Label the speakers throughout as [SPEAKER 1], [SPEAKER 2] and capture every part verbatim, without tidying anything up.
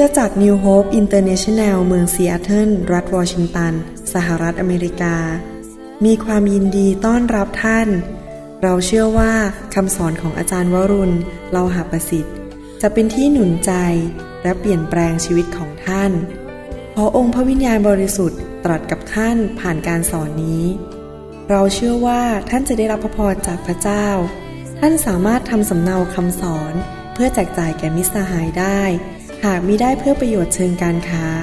[SPEAKER 1] อจักร New Hope International เมืองซีแอตเทิลรัฐวอชิงตันสหรัฐอเมริกามีความยินดีต้อนรับท่านเราเชื่อว่าคำสอนของอาจารย์วรุณ เลาหะประสิทธิ์จะเป็นที่หนุนใจและเปลี่ยนแปลงชีวิตของท่านขอองค์พระวิญญาณบริสุทธิ์ตรัสกับท่านผ่านการสอนนี้เราเชื่อว่าท่านจะได้รับพระพรจากพระเจ้าท่านสามารถทำสำเนาคำสอนเพื่อแจกจ่ายแก่มิตรสหายได้หากมิได้เพื่อประโยชน์เชิงการค้า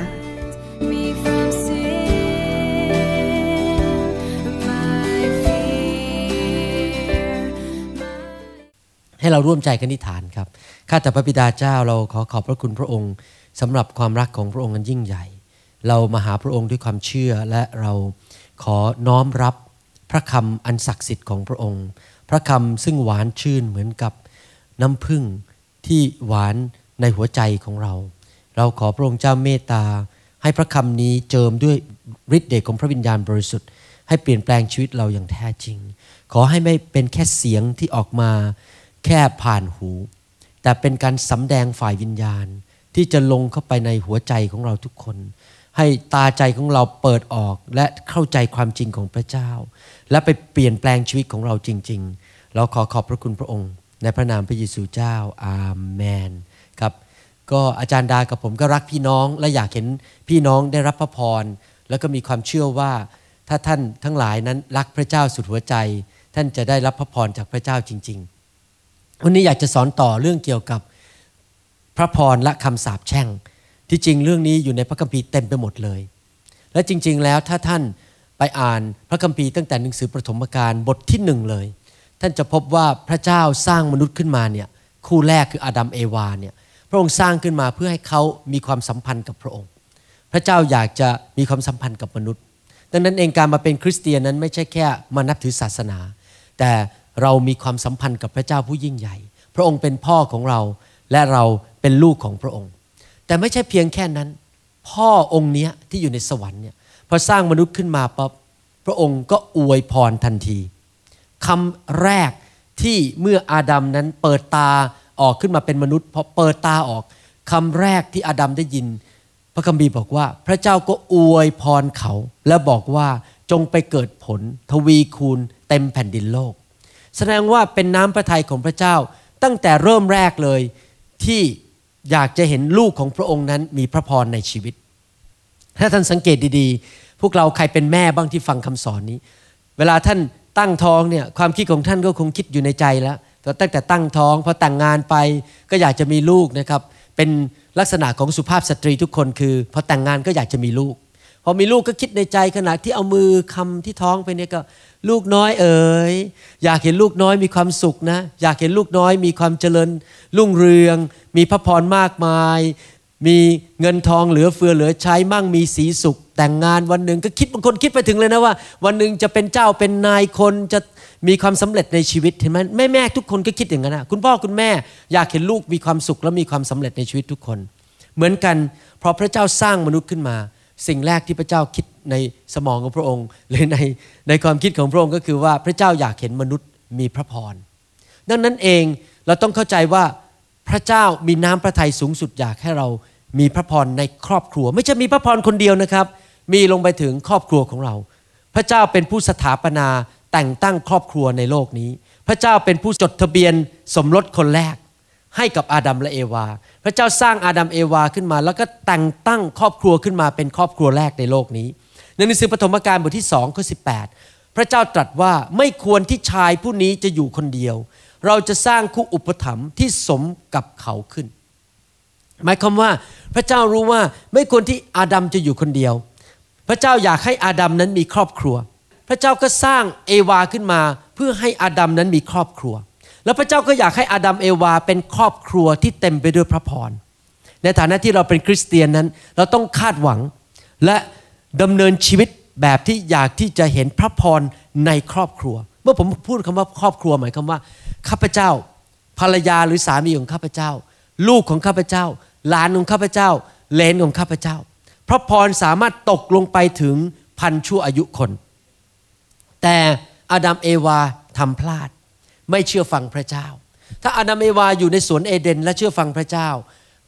[SPEAKER 2] ให้เราร่วมใจกันอธิษฐานครับข้าแต่พระบิดาเจ้าเราขอขอบพระคุณพระองค์สำหรับความรักของพระองค์อันยิ่งใหญ่เรามาหาพระองค์ด้วยความเชื่อและเราขอน้อมรับพระคำอันศักดิ์สิทธิ์ของพระองค์พระคำซึ่งหวานชื่นเหมือนกับน้ำผึ้งที่หวานในหัวใจของเราเราขอพระองค์เจ้าเมตตาให้พระคำนี้เจิมด้วยฤทธิ์เดชของพระวิญญาณบริสุทธิ์ให้เปลี่ยนแปลงชีวิตเราอย่างแท้จริงขอให้ไม่เป็นแค่เสียงที่ออกมาแค่ผ่านหูแต่เป็นการสำแดงฝ่ายวิญญาณที่จะลงเข้าไปในหัวใจของเราทุกคนให้ตาใจของเราเปิดออกและเข้าใจความจริงของพระเจ้าและไปเปลี่ยนแปลงชีวิตของเราจริงๆเราขอขอบพระคุณพระองค์ในพระนามพระเยซูเจ้าอาเมนครับก็อาจารย์ดากับผมก็รักพี่น้องและอยากเห็นพี่น้องได้รับพระพรแล้วก็มีความเชื่อว่าถ้าท่านทั้งหลายนั้นรักพระเจ้าสุดหัวใจท่านจะได้รับพระพรจากพระเจ้าจริงๆวันนี้อยากจะสอนต่อเรื่องเกี่ยวกับพระพรและคำสาปแช่งที่จริงเรื่องนี้อยู่ในพระคัมภีร์เต็มไปหมดเลยและจริงๆแล้วถ้าท่านไปอ่านพระคัมภีร์ตั้งแต่หนังสือปฐมกาลบทที่หนึ่งเลยท่านจะพบว่าพระเจ้าสร้างมนุษย์ขึ้นมาเนี่ยคู่แรกคืออาดัมเอวาเนี่ยพระองค์สร้างขึ้นมาเพื่อให้เขามีความสัมพันธ์กับพระองค์พระเจ้าอยากจะมีความสัมพันธ์กับมนุษย์ดังนั้นเองการมาเป็นคริสเตียนนั้นไม่ใช่แค่มานับถือศาสนาแต่เรามีความสัมพันธ์กับพระเจ้าผู้ยิ่งใหญ่พระองค์เป็นพ่อของเราและเราเป็นลูกของพระองค์แต่ไม่ใช่เพียงแค่นั้นพ่อองค์เนี้ยที่อยู่ในสวรรค์เนี่ยพอสร้างมนุษย์ขึ้นมาปั๊บพระองค์ก็อวยพรทันทีคำแรกที่เมื่ออาดัมนั้นเปิดตาออกขึ้นมาเป็นมนุษย์พอเปิดตาออกคำแรกที่อาดัมได้ยินพระคัมภีร์บอกว่าพระเจ้าก็อวยพรเขาและบอกว่าจงไปเกิดผลทวีคูณเต็มแผ่นดินโลกแสดงว่าเป็นน้ำพระทัยของพระเจ้าตั้งแต่เริ่มแรกเลยที่อยากจะเห็นลูกของพระองค์นั้นมีพระพรในชีวิตถ้าท่านสังเกตดีๆพวกเราใครเป็นแม่บ้างที่ฟังคำสอนนี้เวลาท่านตั้งท้องเนี่ยความคิดของท่านก็คงคิดอยู่ในใจแล้วแต่ตั้งแต่ตั้งท้องพอแต่งงานไปก็อยากจะมีลูกนะครับเป็นลักษณะของสุภาพสตรีทุกคนคือพอแต่งงานก็อยากจะมีลูกพอมีลูกก็คิดในใจขณะที่เอามือคำที่ท้องไปเนี่ยก็ลูกน้อยเอ๋ยอยากเห็นลูกน้อยมีความสุขนะอยากเห็นลูกน้อยมีความเจริญรุ่งเรืองมีพระพรมากมายมีเงินทองเหลือเฟือเหลือใช้มั่งมีสีสุขแต่งงานวันหนึ่งก็คิดบางคนคิดไปถึงเลยนะว่าวันหนึ่งจะเป็นเจ้าเป็นนายคนจะมีความสำเร็จในชีวิตเห็นไหมแม่แม่ทุกคนก็คิดอย่างนั้นนะคุณพ่อคุณแม่อยากเห็นลูกมีความสุขและมีความสำเร็จในชีวิตทุกคนเหมือนกันพอพระเจ้าสร้างมนุษย์ขึ้นมาสิ่งแรกที่พระเจ้าคิดในสมองของพระองค์หรือในในความคิดของพระองค์ก็คือว่าพระเจ้าอยากเห็นมนุษย์มีพระพรดังนั้นเองเราต้องเข้าใจว่าพระเจ้ามีน้ำพระทัยสูงสุดอยากให้เรามีพระพรในครอบครัวไม่ใช่มีพระพรคนเดียวนะครับมีลงไปถึงครอบครัวของเราพระเจ้าเป็นผู้สถาปนาแต่งตั้งครอบครัวในโลกนี้พระเจ้าเป็นผู้จดทะเบียนสมรสคนแรกให้กับอาดัมและเอวาพระเจ้าสร้างอาดัมเอวาขึ้นมาแล้วก็แต่งตั้งครอบครัวขึ้นมาเป็นครอบครัวแรกในโลกนี้ในหนังสือปฐมกาลบทที่สองข้อสิบแปดพระเจ้าตรัสว่าไม่ควรที่ชายผู้นี้จะอยู่คนเดียวเราจะสร้างคู่อุปถัมภ์ที่สมกับเขาขึ้นหมายความว่าพระเจ้ารู้ว่าไม่ควรที่อาดัมจะอยู่คนเดียวพระเจ้าอยากให้อาดัมนั้นมีครอบครัวพระเจ้าก็สร้างเอวาขึ้นมาเพื่อให้อาดัมนั้นมีครอบครัวแล้วพระเจ้าก็อยากให้อาดัมเอวาเป็นครอบครัวที่เต็มไปด้วยพระพรในฐานะที่เราเป็นคริสเตียนนั้นเราต้องคาดหวังและดำเนินชีวิตแบบที่อยากที่จะเห็นพระพรในครอบครัวเมื่อผมพูดคำว่าครอบครัวหมายความว่าข้าพเจ้าภรรยาหรือสามีของข้าพเจ้าลูกของข้าพเจ้าหลานของข้าพเจ้าเลนของข้าพเจ้าพระพรสามารถตกลงไปถึงพันชั่วอายุคนแต่อาดัมเอวาทำพลาดไม่เชื่อฟังพระเจ้าถ้าอาดัมเอวาอยู่ในสวนเอเดนและเชื่อฟังพระเจ้า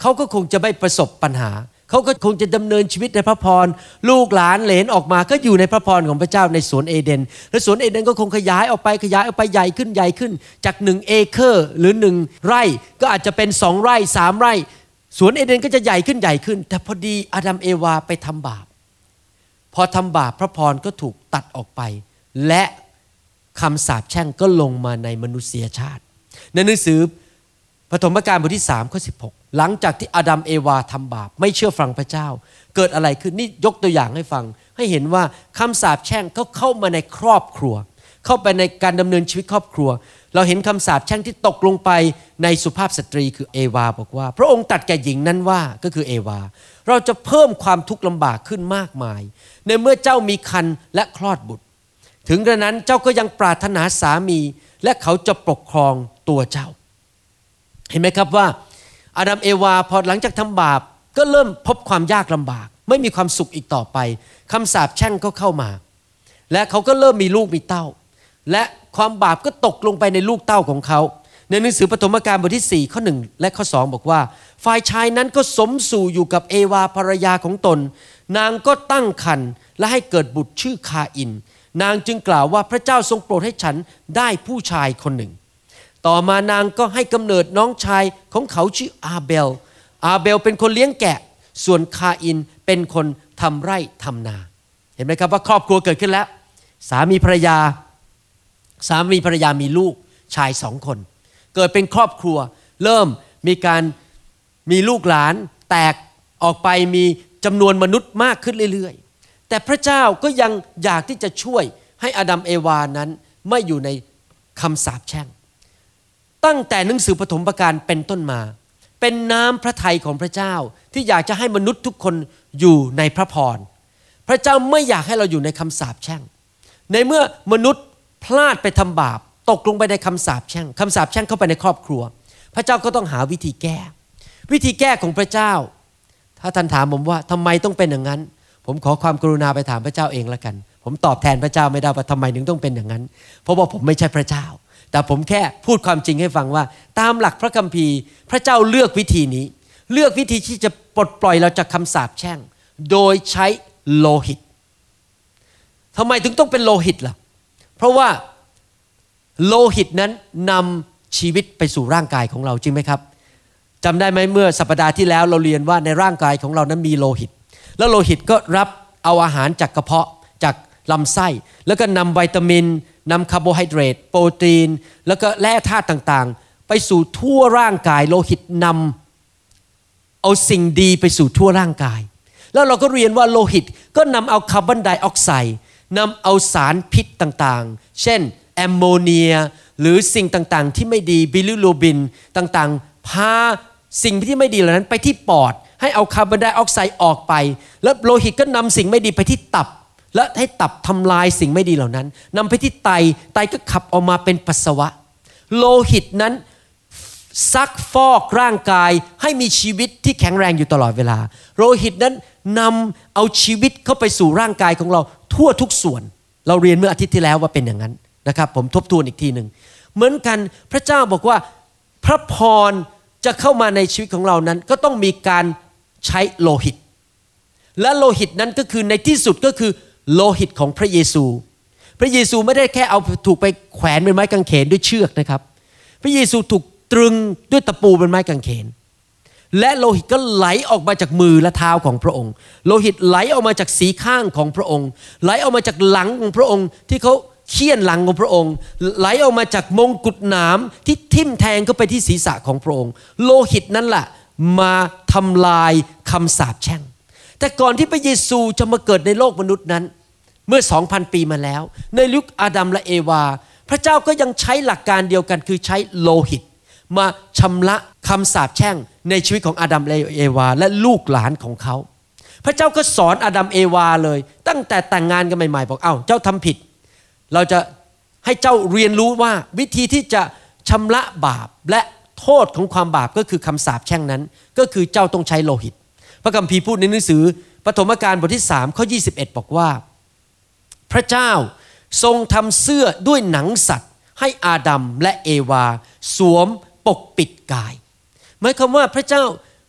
[SPEAKER 2] เขาก็คงจะไม่ประสบปัญหาเขาก็คงจะดำเนินชีวิตในพระพรลูกหลานเหลนออกมาก็อยู่ในพระพรของพระเจ้าในสวนเอเดนและสวนเอเดนก็คงขยายออกไปขยายออกไปใหญ่ขึ้นใหญ่ขึ้นจากหนึ่งเอเคอร์หรือหนึ่งไร่ก็อาจจะเป็นสองไร่สามไร่สวนเอเดนก็จะใหญ่ขึ้นใหญ่ขึ้นแต่พอดีอาดัมเอวาไปทำบาปพอทำบาปพระพรก็ถูกตัดออกไปและคำสาปแช่งก็ลงมาในมนุษยชาติในหนังสือปฐมกาลบทที่สามข้อสิบหกหลังจากที่อาดัมเอวาทำบาปไม่เชื่อฟังพระเจ้าเกิดอะไรขึ้นนี่ยกตัวอย่างให้ฟังให้เห็นว่าคำสาปแช่งเขาเข้ามาในครอบครัวเข้าไปในการดำเนินชีวิตครอบครัวเราเห็นคำสาปแช่งที่ตกลงไปในสุภาพสตรีคือเอวาบอกว่าพระองค์ตรัสแก่หญิงนั้นว่าก็คือเอวาเราจะเพิ่มความทุกข์ลำบากขึ้นมากมายในเมื่อเจ้ามีครรภ์และคลอดบุตรถึงกระนั้นเจ้าก็ยังปรารถนาสามีและเขาจะปกครองตัวเจ้าเห็นไหมครับว่าอาดัมเอวาพอหลังจากทำบาปก็เริ่มพบความยากลำบากไม่มีความสุขอีกต่อไปคำสาปแช่งก็เข้ามาและเขาก็เริ่มมีลูกมีเต้าและความบาปก็ตกลงไปในลูกเต้าของเขาในหนังสือปฐมกาลบทที่สี่ข้อหนึ่งและข้อสองบอกว่าฝ่ายชายนั้นก็สมสู่อยู่กับเอวาภรรยาของตนนางก็ตั้งครรภ์และให้เกิดบุตรชื่อคาอินนางจึงกล่าวว่าพระเจ้าทรงโปรดให้ฉันได้ผู้ชายคนหนึ่งต่อมานางก็ให้กำเนิดน้องชายของเขาชื่ออาเบลอาเบลเป็นคนเลี้ยงแกะส่วนคาอินเป็นคนทำไร่ทำนาเห็นไหมครับว่าครอบครัวเกิดขึ้นแล้วสามีภรรยาสามีภรรยามีลูกชายสองคนเกิดเป็นครอบครัวเริ่มมีการมีลูกหลานแตกออกไปมีจำนวนมนุษย์มากขึ้นเรื่อยๆแต่พระเจ้าก็ยังอยากที่จะช่วยให้อาดัมเอวานั้นไม่อยู่ในคำสาปแช่งตั้งแต่หนังสือปฐมกาลเป็นต้นมาเป็นน้ำพระทัยของพระเจ้าที่อยากจะให้มนุษย์ทุกคนอยู่ในพระพรพระเจ้าไม่อยากให้เราอยู่ในคำสาปแช่งในเมื่อมนุษย์พลาดไปทำบาปตกลงไปในคำสาปแช่งคำสาปแช่งเข้าไปในครอบครัวพระเจ้าก็ต้องหาวิธีแก้วิธีแก้ของพระเจ้าถ้าท่านถามผมว่าทำไมต้องเป็นอย่างนั้นผมขอความกรุณาไปถามพระเจ้าเองละกันผมตอบแทนพระเจ้าไม่ได้ว่าทำไมถึงต้องเป็นอย่างนั้นเพราะว่าผมไม่ใช่พระเจ้าแต่ผมแค่พูดความจริงให้ฟังว่าตามหลักพระคัมภีร์พระเจ้าเลือกวิธีนี้เลือกวิธีที่จะปลดปล่อยเราจากคำสาปแช่งโดยใช้โลหิตทำไมถึงต้องเป็นโลหิตล่ะเพราะว่าโลหิตนั้นนำชีวิตไปสู่ร่างกายของเราจริงไหมครับจำได้ไหมเมื่อสัปดาห์ที่แล้วเราเรียนว่าในร่างกายของเรานั้นมีโลหิตแล้วโลหิตก็รับเอาอาหารจากกระเพาะจากลำไส้แล้วก็นำวิตามินนำคาร์โบไฮเดรตโปรตีนแล้วก็แร่ธาตุต่างๆไปสู่ทั่วร่างกายโลหิตนำเอาสิ่งดีไปสู่ทั่วร่างกายแล้วเราก็เรียนว่าโลหิตก็นำเอาคาร์บอนไดออกไซด์นำเอาสารพิษต่างๆเช่นแอมโมเนียหรือสิ่งต่างๆที่ไม่ดีบิลิรูบินต่างๆพาสิ่งที่ไม่ดีเหล่านั้นไปที่ปอดให้เอาคาร์บอนไดออกไซด์ออกไปแล้วโลหิตก็นำสิ่งไม่ดีไปที่ตับและให้ตับทำลายสิ่งไม่ดีเหล่านั้นนำไปที่ไตไตก็ขับออกมาเป็นปัสสาวะโลหิตนั้นซักฟอกร่างกายให้มีชีวิตที่แข็งแรงอยู่ตลอดเวลาโลหิตนั้นนำเอาชีวิตเข้าไปสู่ร่างกายของเราทั่วทุกส่วนเราเรียนเมื่ออาทิตย์ที่แล้วว่าเป็นอย่างนั้นนะครับผมทบทวนอีกทีหนึ่งเหมือนกันพระเจ้าบอกว่าพระพรจะเข้ามาในชีวิตของเรานั้นก็ต้องมีการใช้โลหิตและโลหิตนั้นก็คือในที่สุดก็คือโลหิตของพระเยซูพระเยซูไม่ได้แค่เอาถูกไปแขวนเป็นไม้กางเขนด้วยเชือกนะครับพระเยซูถูกตรึงด้วยตะปูเป็นไม้กางเขนและโลหิตก็ไหลออกมาจากมือและเท้าของพระองค์โลหิตไหลออกมาจากสีข้างของพระองค์ไหลออกมาจากหลังของพระองค์ที่เขาเคี่ยนหลังของพระองค์ไหลออกมาจากมงกุฎหนามที่ทิ่มแทงเข้าไปที่ศีรษะของพระองค์โลหิตนั่นแหละมาทำลายคำสาปแช่งแต่ก่อนที่พระเยซูจะมาเกิดในโลกมนุษย์นั้นเมื่อ สองพัน ปีมาแล้วในยุคอาดัมและเอวาพระเจ้าก็ยังใช้หลักการเดียวกันคือใช้โลหิตมาชำระคำสาปแช่งในชีวิตของอาดัมและเอวาและลูกหลานของเขาพระเจ้าก็สอนอาดัมเอวาเลยตั้งแต่แต่งงานกันใหม่ๆบอกเอ้าเจ้าทำผิดเราจะให้เจ้าเรียนรู้ว่าวิธีที่จะชำระบาปและโทษของความบาปก็คือคำสาปแช่งนั้นก็คือเจ้าต้องใช้โลหิตพระคัมภีร์พูดในหนังสือปฐมกาลบทที่สามข้อยี่สิบเอ็ดบอกว่าพระเจ้าทรงทำเสื้อด้วยหนังสัตว์ให้อาดัมและเอวาสวมปกปิดกายหมายความว่าพระเจ้า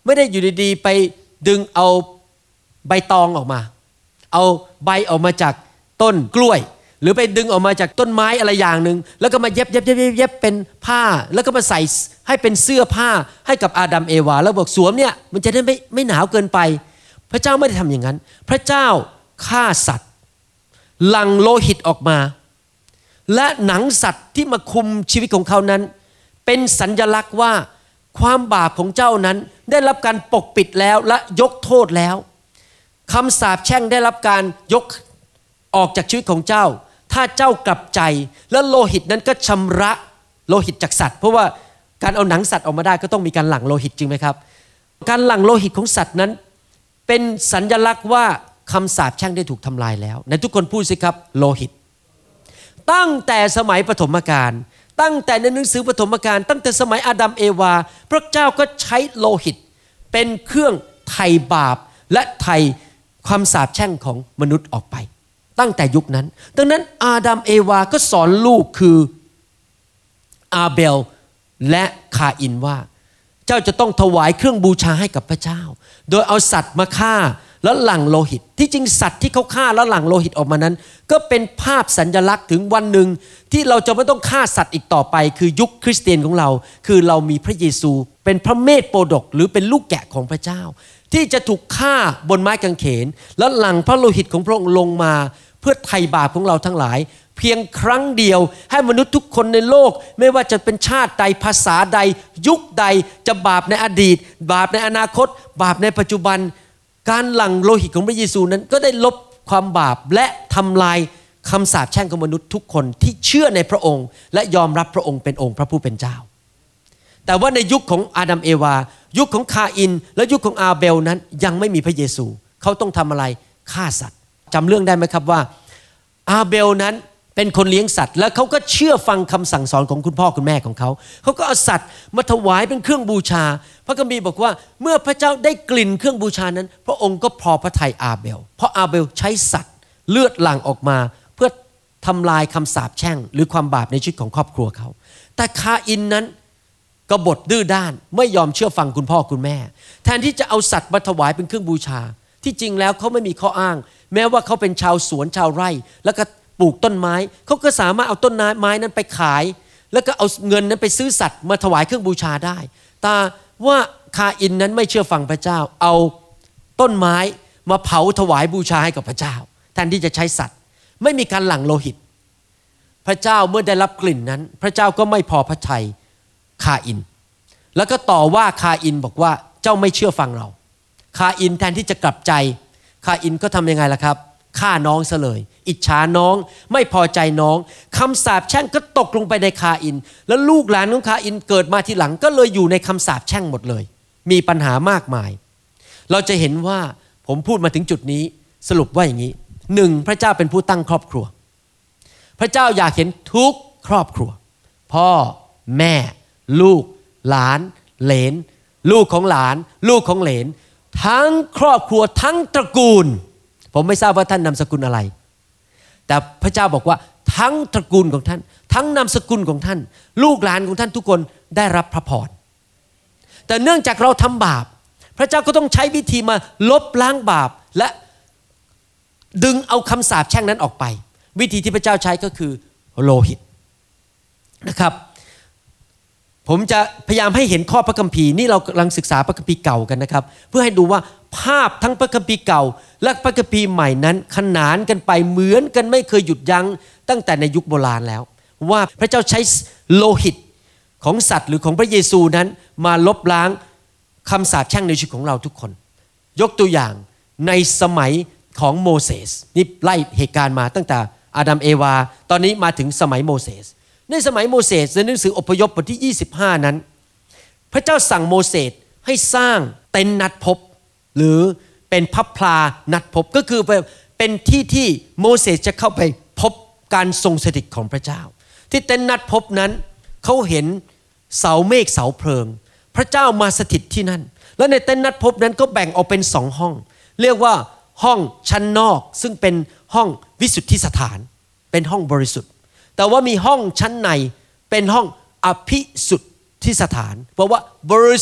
[SPEAKER 2] ไม่ได้อยู่ดีๆไปดึงเอาใบตองออกมาเอาใบออกมาจากต้นกล้วยหรือไปดึงออกมาจากต้นไม้อะไรอย่างนึงแล้วก็มาเย็บเย็บเย็บเย็บเป็นผ้าแล้วก็มาใส่ให้เป็นเสื้อผ้าให้กับอาดัมเอวาแล้วบอกสวมเนี่ยมันจะได้ไม่ไม่หนาวเกินไปพระเจ้าไม่ได้ทำอย่างนั้นพระเจ้าฆ่าสัตว์หลั่งโลหิตออกมาและหนังสัตว์ที่มาคุมชีวิตของเขานั้นเป็นสัญลักษณ์ว่าความบาปของเจ้านั้นได้รับการปกปิดแล้วและยกโทษแล้วคำสาปแช่งได้รับการยกออกจากชีวิตของเจ้าถ้าเจ้ากลับใจและโลหิตนั้นก็ชำระโลหิตจากสัตว์เพราะว่าการเอาหนังสัตว์ออกมาได้ก็ต้องมีการหลั่งโลหิตจริงไหมครับการหลั่งโลหิตของสัตว์นั้นเป็นสัญลักษณ์ว่าคำสาปแช่งได้ถูกทำลายแล้วในทุกคนพูดสิครับโลหิตตั้งแต่สมัยปฐมกาลตั้งแต่ในหนังสือปฐมกาลตั้งแต่สมัยอาดัมเอวาพระเจ้าก็ใช้โลหิตเป็นเครื่องไถ่บาปและไถ่ความสาปแช่งของมนุษย์ออกไปตั้งแต่ยุคนั้นดังนั้นอาดัมเอวาก็สอนลูกคืออาเบลและคาอินว่าเจ้าจะต้องถวายเครื่องบูชาให้กับพระเจ้าโดยเอาสัตว์มาฆ่าแล้วหลั่งโลหิตที่จริงสัตว์ที่เขาฆ่าแล้วหลั่งโลหิตออกมานั้นก็เป็นภาพสัญลักษณ์ถึงวันหนึ่งที่เราจะไม่ต้องฆ่าสัตว์อีกต่อไปคือยุคคริสเตียนของเราคือเรามีพระเยซูเป็นพระเมธโปรดกหรือเป็นลูกแกะของพระเจ้าที่จะถูกฆ่าบนไม้กางเขนแล้วหลั่งพระโลหิตของพระองค์ลงมาเพื่อไถ่บาปของเราทั้งหลายเพียงครั้งเดียวให้มนุษย์ทุกคนในโลกไม่ว่าจะเป็นชาติใดภาษาใดยุคใดจะบาปในอดีตบาปในอนาคตบาปในปัจจุบันการหลั่งโลหิตของพระเยซูนั้นก็ได้ลบความบาปและทำลายคำสาปแช่งของมนุษย์ทุกคนที่เชื่อในพระองค์และยอมรับพระองค์เป็นองค์พระผู้เป็นเจ้าแต่ว่าในยุคของอาดัมเอวายุคของคาอินและยุคของอาเบลนั้นยังไม่มีพระเยซูเขาต้องทำอะไรฆ่าสัตว์จำเรื่องได้ไหมครับว่าอาเบลนั้นเป็นคนเลี้ยงสัตว์แล้วเขาก็เชื่อฟังคำสั่งสอนของคุณพ่อคุณแม่ของเขาเขาก็เอาสัตว์มาถวายเป็นเครื่องบูชาพระคัมภีร์บอกว่าเมื่อพระเจ้าได้กลิ่นเครื่องบูชานั้นพระองค์ก็พอพระทัยอาเบลเพราะอาเบลใช้สัตว์เลือดหลั่งออกมาเพื่อทำลายคำสาปแช่งหรือความบาปในชีวิตของครอบครัวเขาแต่คาอินนั้นกบฏดื้อด้านไม่ยอมเชื่อฟังคุณพ่อคุณแม่แทนที่จะเอาสัตว์มาถวายเป็นเครื่องบูชาที่จริงแล้วเขาไม่มีข้ออ้างแม้ว่าเขาเป็นชาวสวนชาวไร่แล้วก็ปลูกต้นไม้เขาก็สามารถเอาต้นไม้นั้นไปขายแล้วก็เอาเงินนั้นไปซื้อสัตว์มาถวายเครื่องบูชาได้แต่ว่าคาอินนั้นไม่เชื่อฟังพระเจ้าเอาต้นไม้มาเผาถวายบูชาให้กับพระเจ้าแทนที่จะใช้สัตว์ไม่มีการหลั่งโลหิตพระเจ้าเมื่อได้รับกลิ่นนั้นพระเจ้าก็ไม่พอพระทัยคาอินแล้วก็ต่อว่าคาอินบอกว่าเจ้าไม่เชื่อฟังเราคาอินแทนที่จะกลับใจคาอินก็ทำยังไงล่ะครับฆ่าน้องซะเลยอิจฉาน้องไม่พอใจน้องคำสาปแช่งก็ตกลงไปในคาอินแล้วลูกหลานของคาอินเกิดมาทีหลังก็เลยอยู่ในคำสาปแช่งหมดเลยมีปัญหามากมายเราจะเห็นว่าผมพูดมาถึงจุดนี้สรุปว่าอย่างนี้หนึ่งพระเจ้าเป็นผู้ตั้งครอบครัวพระเจ้าอยากเห็นทุกครอบครัวพ่อแม่ลูกหลานเหลนลูกของหลานลูกของเหลนทั้งครอบครัวทั้งตระกูลผมไม่ทราบว่าท่านนามสกุลอะไรแต่พระเจ้าบอกว่าทั้งตระกูลของท่านทั้งนามสกุลของท่านลูกหลานของท่านทุกคนได้รับพระพรแต่เนื่องจากเราทำบาปพระเจ้าก็ต้องใช้วิธีมาลบล้างบาปและดึงเอาคำสาปแช่งนั้นออกไปวิธีที่พระเจ้าใช้ก็คือโลหิตนะครับผมจะพยายามให้เห็นข้อพระคัมภีร์นี่เรากำลังศึกษาพระคัมภีร์เก่ากันนะครับเพื่อให้ดูว่าภาพทั้งพระคัมภีร์เก่าและพระคัมภีร์ใหม่นั้นขนานกันไปเหมือนกันไม่เคยหยุดยั้งตั้งแต่ในยุคโบราณแล้วว่าพระเจ้าใช้โลหิตของสัตว์หรือของพระเยซูนั้นมาลบล้างคำสาปแช่งในชีวิตของเราทุกคนยกตัวอย่างในสมัยของโมเสสนี่ไล่เหตุการณ์มาตั้งแต่อาดัมเอวาตอนนี้มาถึงสมัยโมเสสในสมัยโมเสสในหนังสืออพยพบทที่ยี่สิบห้านั้นพระเจ้าสั่งโมเสสให้สร้างเต็นท์นัดพบหรือเป็นพับพลานัดพบก็คือเป็นที่ที่โมเสสจะเข้าไปพบการทรงสถิตของพระเจ้าที่เต็นท์นัดพบนั้นเขาเห็นเสาเมฆเสาเพลิงพระเจ้ามาสถิตที่นั่นแล้วในเต็นท์นัดพบนั้นก็แบ่งออกเป็นสองห้องเรียกว่าห้องชั้นนอกซึ่งเป็นห้องวิสุทธิสถานเป็นห้องบริสุทธิ์แต่ว่ามีห้องชั้นในเป็นห้องอภิสุทธิสถานเพราะว่าบริสุทธิ์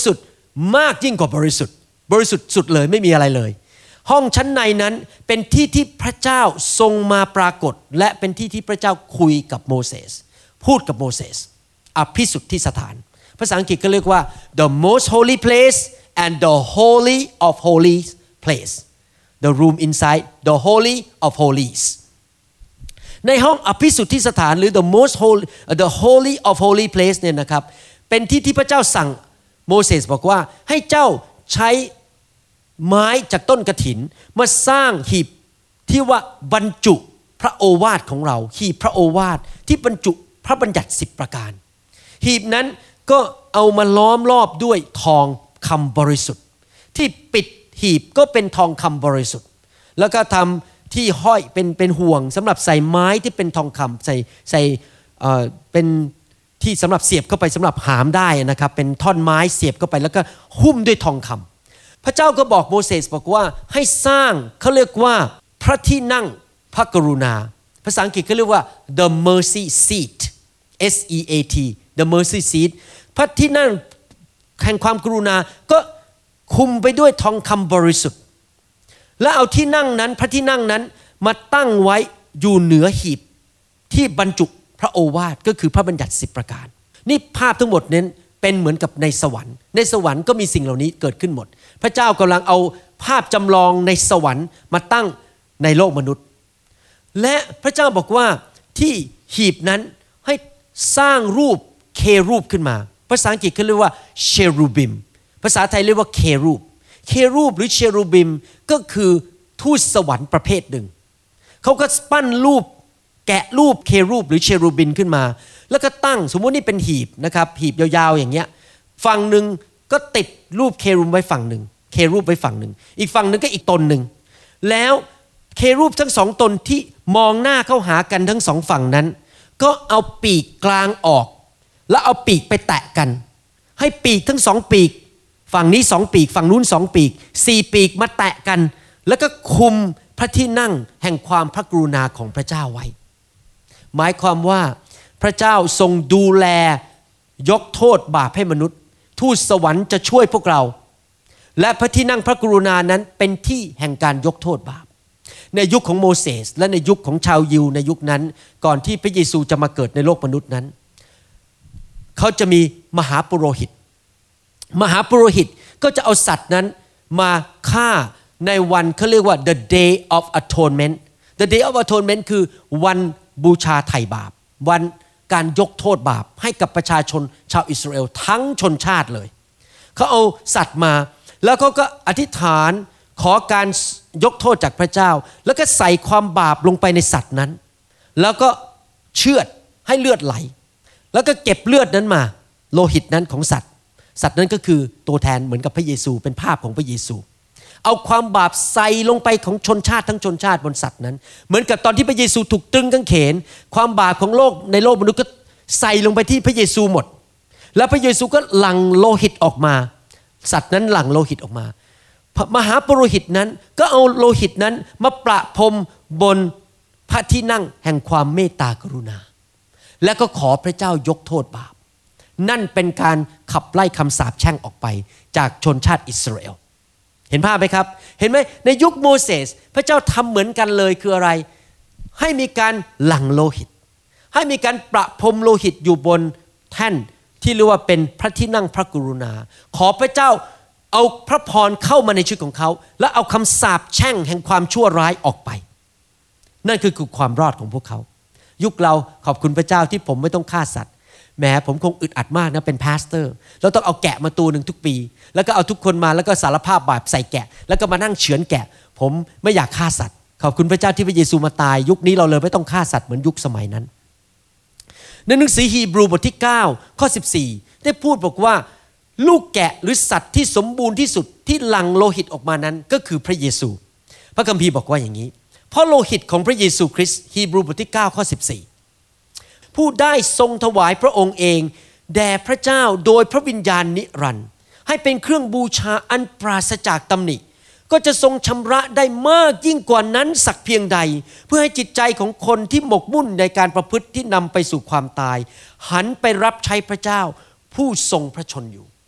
[SPEAKER 2] มากยิ่งกว่าบริสุทธิ์บริสุทธิ์สุดเลยไม่มีอะไรเลยห้องชั้นในนั้นเป็นที่ที่พระเจ้าทรงมาปรากฏและเป็นที่ที่พระเจ้าคุยกับโมเสสพูดกับโมเสสอภิสุทธิสถานภาษาอังกฤษก็เรียกว่า the most holy place and the holy of holies place the room inside the holy of holies ในห้องอภิสุทธิสถานหรือ the most holy the holy of holy place เนี่ยนะครับเป็นที่ที่พระเจ้าสั่งโมเสสบอกว่าให้เจ้าใช้ไม้จากต้นกฐินมาสร้างหีบที่ว่าบรรจุพระโอวาทของเราหีบพระโอวาทที่บรรจุพระบัญญัติสิบประการหีบนั้นก็เอามาล้อมรอบด้วยทองคำบริสุทธิ์ที่ปิดหีบก็เป็นทองคำบริสุทธิ์แล้วก็ทำที่ห้อยเป็นเป็นห่วงสำหรับใส่ไม้ที่เป็นทองคำใส่ใส่เอ่อเป็นที่สำหรับเสียบเข้าไปสำหรับหามได้นะครับเป็นท่อนไม้เสียบเข้าไปแล้วก็หุ้มด้วยทองคำพระเจ้าก็บอกโมเสสบอกว่าให้สร้างเขาเรียกว่าพระที่นั่งพระกรุณาภาษาอังกฤษเขาเรียกว่า the mercy seat S E A T the mercy seat พระที่นั่งแห่งความกรุณาก็คุมไปด้วยทองคำบริสุทธิ์และเอาที่นั่งนั้นพระที่นั่งนั้นมาตั้งไว้อยู่เหนือหีบที่บรรจุพระโอวาทก็คือพระบัญญัติสิบประการนี่ภาพทั้งหมดนั้นเป็นเหมือนกับในสวรรค์ในสวรรค์ก็มีสิ่งเหล่านี้เกิดขึ้นหมดพระเจ้ากำลังเอาภาพจำลองในสวรรค์มาตั้งในโลกมนุษย์และพระเจ้าบอกว่าที่หีบนั้นให้สร้างรูปเครูปขึ้นมาภาษาอังกฤษเขาเรียกว่าเชรูบิมภาษาไทยเรียกว่าเครูปเครูปหรือเชรูบิมก็คือทูตสวรรค์ประเภทหนึ่งเขาก็ปั้นรูปแกะรูปเครูปหรือเชรูบิมขึ้นมาแล้วก็ตั้งสมมุตินี่เป็นหีบนะครับหีบยาวๆอย่างเงี้ยฝั่งหนึ่งก็ติดรูปเครูปไว้ฝั่งหนึ่งเครูปไว้ฝั่งหนึ่งอีกฝั่งหนึ่งก็อีกตนหนึ่งแล้วเครูปทั้งสองตนที่มองหน้าเข้าหากันทั้งสองฝั่งนั้นก็เอาปีกกลางออกแล้วเอาปีกไปแตะกันให้ปีกทั้งสองปีกฝั่งนี้สองปีกฝั่งนู้นสองปีกสี่ปีกมาแตะกันแล้วก็คุมพระที่นั่งแห่งความพระกรุณาของพระเจ้าไว้หมายความว่าพระเจ้าทรงดูแลยกโทษบาปให้มนุษย์ทูตสวรรค์จะช่วยพวกเราและพระที่นั่งพระกรุณานั้นเป็นที่แห่งการยกโทษบาปในยุคของโมเสสและในยุคของชาวยิวในยุคนั้นก่อนที่พระเยซูจะมาเกิดในโลกมนุษย์นั้นเขาจะมีมหาปุโรหิตมหาปุโรหิตก็จะเอาสัตว์นั้นมาฆ่าในวันเขาเรียกว่า the day of atonement the day of atonement คือวันบูชาไถ่บาปวันการยกโทษบาปให้กับประชาชนชาวอิสราเอลทั้งชนชาติเลยเขาเอาสัตว์มาแล้วเขาก็อธิษฐานขอการยกโทษจากพระเจ้าแล้วก็ใส่ความบาปลงไปในสัตว์นั้นแล้วก็เชือดให้เลือดไหลแล้วก็เก็บเลือดนั้นมาโลหิตนั้นของสัตว์สัตว์นั้นก็คือตัวแทนเหมือนกับพระเยซูเป็นภาพของพระเยซูเอาความบาปใส่ลงไปของชนชาติทั้งชนชาติบนสัตว์นั้นเหมือนกับตอนที่พระเยซูถูกตรึงกางเขนความบาปของโลกในโลกมนุษย์ก็ใส่ลงไปที่พระเยซูหมดแล้วพระเยซูก็หลั่งโลหิตออกมาสัตว์นั้นหลั่งโลหิตออกมามหาปุโรหิตนั้นก็เอาโลหิตนั้นมาประพรมบนพระที่นั่งแห่งความเมตตากรุณาและก็ขอพระเจ้ายกโทษบาปนั่นเป็นการขับไล่คำสาปแช่งออกไปจากชนชาติอิสราเอลเห็นภาพไหมครับเห็นไหมในยุคโมเสสพระเจ้าทำเหมือนกันเลยคืออะไรให้มีการหลั่งโลหิตให้มีการประพรมโลหิตอยู่บนแท่นที่เรียกว่าเป็นพระที่นั่งพระกรุณาขอพระเจ้าเอาพระพรเข้ามาในชีวิตของเขาและเอาคำสาปแช่งแห่งความชั่วร้ายออกไปนั่นคือความรอดของพวกเขายุคเราขอบคุณพระเจ้าที่ผมไม่ต้องฆ่าสัตว์แหมผมคงอึดอัดมากนะเป็นพาสเตอร์แล้วต้องเอาแกะมาตัวหนึ่งทุกปีแล้วก็เอาทุกคนมาแล้วก็สารภาพบาปใส่แกะแล้วก็มานั่งเฉือนแกะผมไม่อยากฆ่าสัตว์ขอบคุณพระเจ้าที่พระเยซูมาตายยุคนี้เราเลยไม่ต้องฆ่าสัตว์เหมือนยุคสมัยนั้นในหนังสือฮีบรูบทที่เก้าข้อสิบสี่ได้พูดบอกว่าลูกแกะหรือสัตว์ที่สมบูรณ์ที่สุดที่หลั่งโลหิตออกมานั้นก็คือพระเยซูพระคัมภีร์บอกว่าอย่างนี้เพราะโลหิตของพระเยซูคริสต์ฮีบรูบทที่เก้าข้อสิบสี่ผู้ได้ทรงถวายพระองค์เองแด่พระเจ้าโดยพระวิญญาณนิรันดร์ให้เป็นเครื่องบูชาอันปราศจากตำหนิก็จะทรงชำระได้มากยิ่งกว่านั้นสักเพียงใดเพื่อให้จิตใจของคนที่หมกมุ่นในการประพฤติที่นำไปสู่ความตายหันไปรับใช้พระเจ้าผู้ทรงพระชนอยู่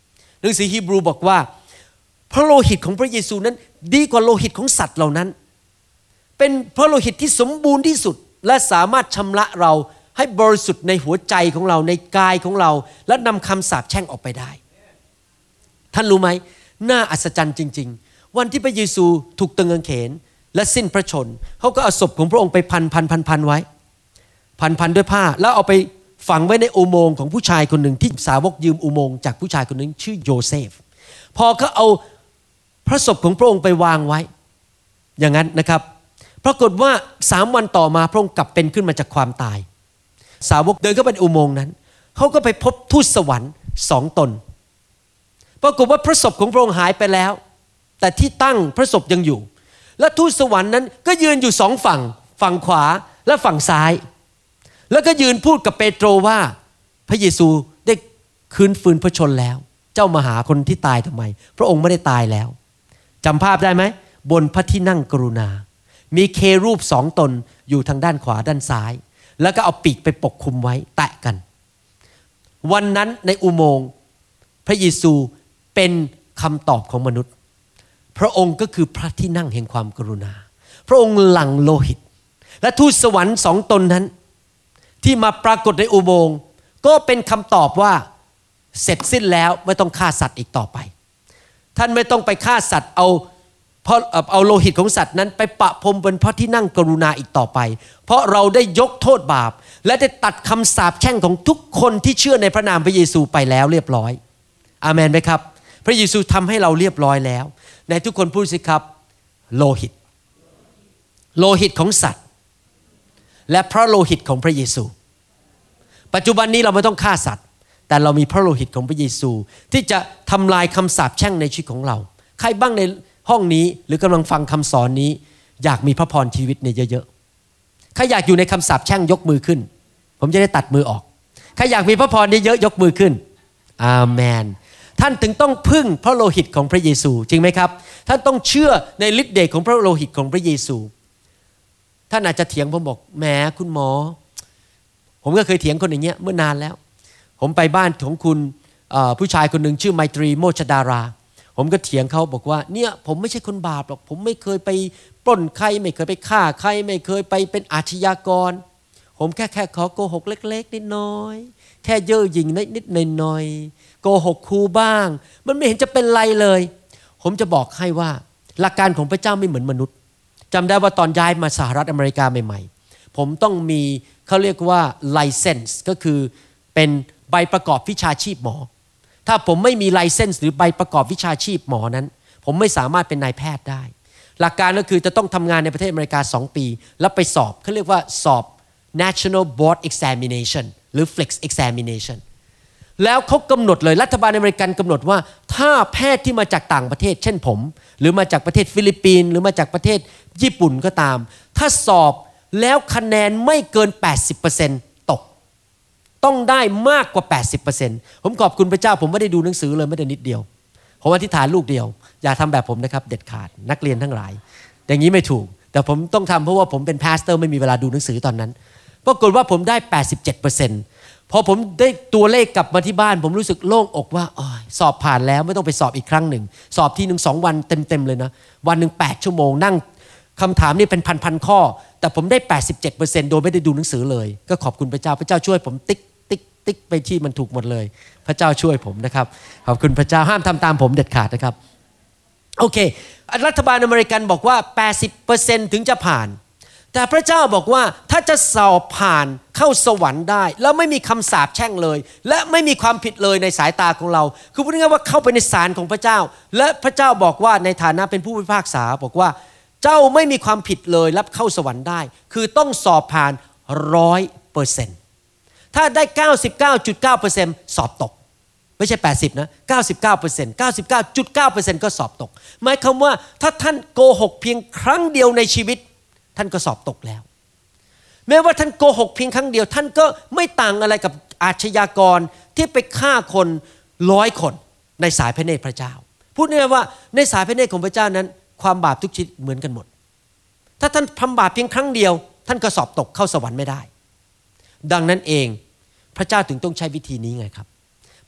[SPEAKER 2] หนังสือฮีบรูบอกว่าพระโลหิตของพระเยซูนั้นดีกว่าโลหิตของสัตว์เหล่านั้นเป็นพระโลหิตที่สมบูรณ์ที่สุดและสามารถชำระเราให้บริสุทธิ์ในหัวใจของเราในกายของเราและนำคำสาปแช่งออกไปได้ท่านรู้ไหมน่าอัศจรรย์จริงๆวันที่พระเยซูถูกตึงกางเขนและสิ้นพระชนเขาก็เอาศพของพระองค์ไปพันพันพันพันไว้พันพันด้วยผ้าแล้วเอาไปฝังไว้ในอุโมงค์ของผู้ชายคนหนึ่งที่สาวกยืมอุโมงค์จากผู้ชายคนหนึ่งชื่อโยเซฟพอเขาเอาพระศพของพระองค์ไปวางไว้อย่างนั้นนะครับปรากฏว่าสามวันต่อมาพระองค์กลับเป็นขึ้นมาจากความตายสาวกเดินเข้าไปในอุโมงค์นั้นเขาก็ไปพบทูตสวรรค์สองตนปรากฏว่าพระศพของพระองค์หายไปแล้วแต่ที่ตั้งพระศพยังอยู่และทูตสวรรค์นั้นก็ยืนอยู่สองฝั่งฝั่งขวาและฝั่งซ้ายแล้วก็ยืนพูดกับเปโตรว่าพระเยซูได้คืนฟื้นพระชนแล้วเจ้ามาหาคนที่ตายทำไมพระองค์ไม่ได้ตายแล้วจำภาพได้ไหมบนพระที่นั่งกรุณามีเครูปสองตนอยู่ทางด้านขวาด้านซ้ายแล้วก็เอาปีกไปปกคลุมไว้แตะกันวันนั้นในอุโมงค์พระเยซูเป็นคำตอบของมนุษย์พระองค์ก็คือพระที่นั่งแห่งความกรุณาพระองค์หลั่งโลหิตและทูตสวรรค์สองตนนั้นที่มาปรากฏในอุโมงค์ก็เป็นคำตอบว่าเสร็จสิ้นแล้วไม่ต้องฆ่าสัตว์อีกต่อไปท่านไม่ต้องไปฆ่าสัตว์เอาเพราะเอาโลหิตของสัตว์นั้นไปปะพรมบนพระที่นั่งกรุณาอีกต่อไปเพราะเราได้ยกโทษบาปและได้ตัดคำสาปแช่งของทุกคนที่เชื่อในพระนามพระเยซูไปแล้วเรียบร้อยอาเมนไหมครับพระเยซูทำให้เราเรียบร้อยแล้วในทุกคนพูดสิครับโลหิตโลหิตของสัตว์และพระโลหิตของพระเยซูปัจจุบันนี้เราไม่ต้องฆ่าสัตว์แต่เรามีพระโลหิตของพระเยซูที่จะทำลายคำสาปแช่งในชีวิตของเราใครบ้างในห้องนี้หรือกำลังฟังคำสอนนี้อยากมีพระพรชีวิตเนี่ยเยอะๆใครอยากอยู่ในคำสาปแช่งยกมือขึ้นผมจะได้ตัดมือออกใครอยากมีพระพรเยอะๆยกมือขึ้นอาเมนท่านถึงต้องพึ่งพระโลหิตของพระเยซูจริงไหมครับท่านต้องเชื่อในฤทธิ์เดชของพระโลหิตของพระเยซูท่านอาจจะเถียงผมบอกแหมคุณหมอผมก็เคยเถียงคนอย่างเงี้ยเมื่อนานแล้วผมไปบ้านของคุณผู้ชายคนหนึ่งชื่อไมตรีโมชดาราผมก็เถียงเขาบอกว่าเนี่ยผมไม่ใช่คนบาปหรอกผมไม่เคยไปปล้นใครไม่เคยไปฆ่าใครไม่เคยไปเป็นอาชญากรผมแค่แค่ขอโกหกเล็กๆนิดน้อยแค่เย่อหยิ่งนิดๆหน่อยๆโกหกครูบ้างมันไม่เห็นจะเป็นไรเลยผมจะบอกให้ว่าหลักการของพระเจ้าไม่เหมือนมนุษย์จำได้ว่าตอนย้ายมาสหรัฐอเมริกาใหม่ๆผมต้องมีเขาเรียกว่า license ก็คือเป็นใบประกอบวิชาชีพหมอถ้าผมไม่มีไลเซนส์หรือใบประกอบวิชาชีพหมอนั้นผมไม่สามารถเป็นนายแพทย์ได้หลักการก็คือจะต้องทำงานในประเทศอเมริกาสองปีแล้วไปสอบเขาเรียกว่าสอบ National Board Examination หรือ Flex Examination แล้วเขากำหนดเลยรัฐบาลอเมริกันกำหนดว่าถ้าแพทย์ที่มาจากต่างประเทศเช่นผมหรือมาจากประเทศฟิลิปปินส์หรือมาจากประเทศญี่ปุ่นก็ตามถ้าสอบแล้วคะแนนไม่เกิน แปดสิบเปอร์เซ็นต์ต้องได้มากกว่า แปดสิบเปอร์เซ็นต์ ผมขอบคุณพระเจ้าผมไม่ได้ดูหนังสือเลยไม่ได้นิดเดียวผมอธิษฐานลูกเดียวอย่าทำแบบผมนะครับเด็ดขาดนักเรียนทั้งหลายอย่างนี้ไม่ถูกแต่ผมต้องทำเพราะว่าผมเป็นพาสเตอร์ไม่มีเวลาดูหนังสือตอนนั้นปรากฏว่าผมได้ แปดสิบเจ็ดเปอร์เซ็นต์ พอผมได้ตัวเลขกลับมาที่บ้านผมรู้สึกโล่งอกว่าอ๋อสอบผ่านแล้วไม่ต้องไปสอบอีกครั้งหนึ่งสอบทีนึงสองวันเต็มๆเลยนะวันนึงแปดชั่วโมงนั่งคำถามนี่เป็นพันๆข้อแต่ผมได้ แปดสิบเจ็ดเปอร์เซ็นต์ โดยไม่ได้ดูหนังสือเลยก็ขอบคุณพระเจ้าพระเจ้าช่วยผมติ๊กติ๊กไปที่มันถูกหมดเลยพระเจ้าช่วยผมนะครับขอบคุณพระเจ้าห้ามทำตามผมเด็ดขาดนะครับโอเครัฐบาลอเมริกันบอกว่า แปดสิบเปอร์เซ็นต์ ถึงจะผ่านแต่พระเจ้าบอกว่าถ้าจะสอบผ่านเข้าสวรรค์ได้แล้วไม่มีคำสาปแช่งเลยและไม่มีความผิดเลยในสายตาของเราคือพูดง่ายๆว่าเข้าไปในศาลของพระเจ้าและพระเจ้าบอกว่าในฐานะเป็นผู้พิพากษาบอกว่าเจ้าไม่มีความผิดเลยรับเข้าสวรรค์ได้คือต้องสอบผ่าน หนึ่งร้อยเปอร์เซ็นต์ถ้าได้ เก้าสิบเก้าจุดเก้าเปอร์เซ็นต์ สอบตกไม่ใช่แปดสิบนะ เก้าสิบเก้าเปอร์เซ็นต์ เก้าสิบเก้าจุดเก้าเปอร์เซ็นต์ ก็สอบตกหมายความว่าถ้าท่านโกหกเพียงครั้งเดียวในชีวิตท่านก็สอบตกแล้วแม้ว่าท่านโกหกเพียงครั้งเดียวท่านก็ไม่ต่างอะไรกับอาชญากรที่ไปฆ่าคนร้อยคนในสายพระเนตรพระเจ้าพูดง่ายๆว่าในสายพระเนตรของพระเจ้านั้นความบาปทุกชนิดเหมือนกันหมดถ้าท่านทำบาปเพียงครั้งเดียวท่านก็สอบตกเข้าสวรรค์ไม่ได้ดังนั้นเองพระเจ้าถึงต้องใช้วิธีนี้ไงครับ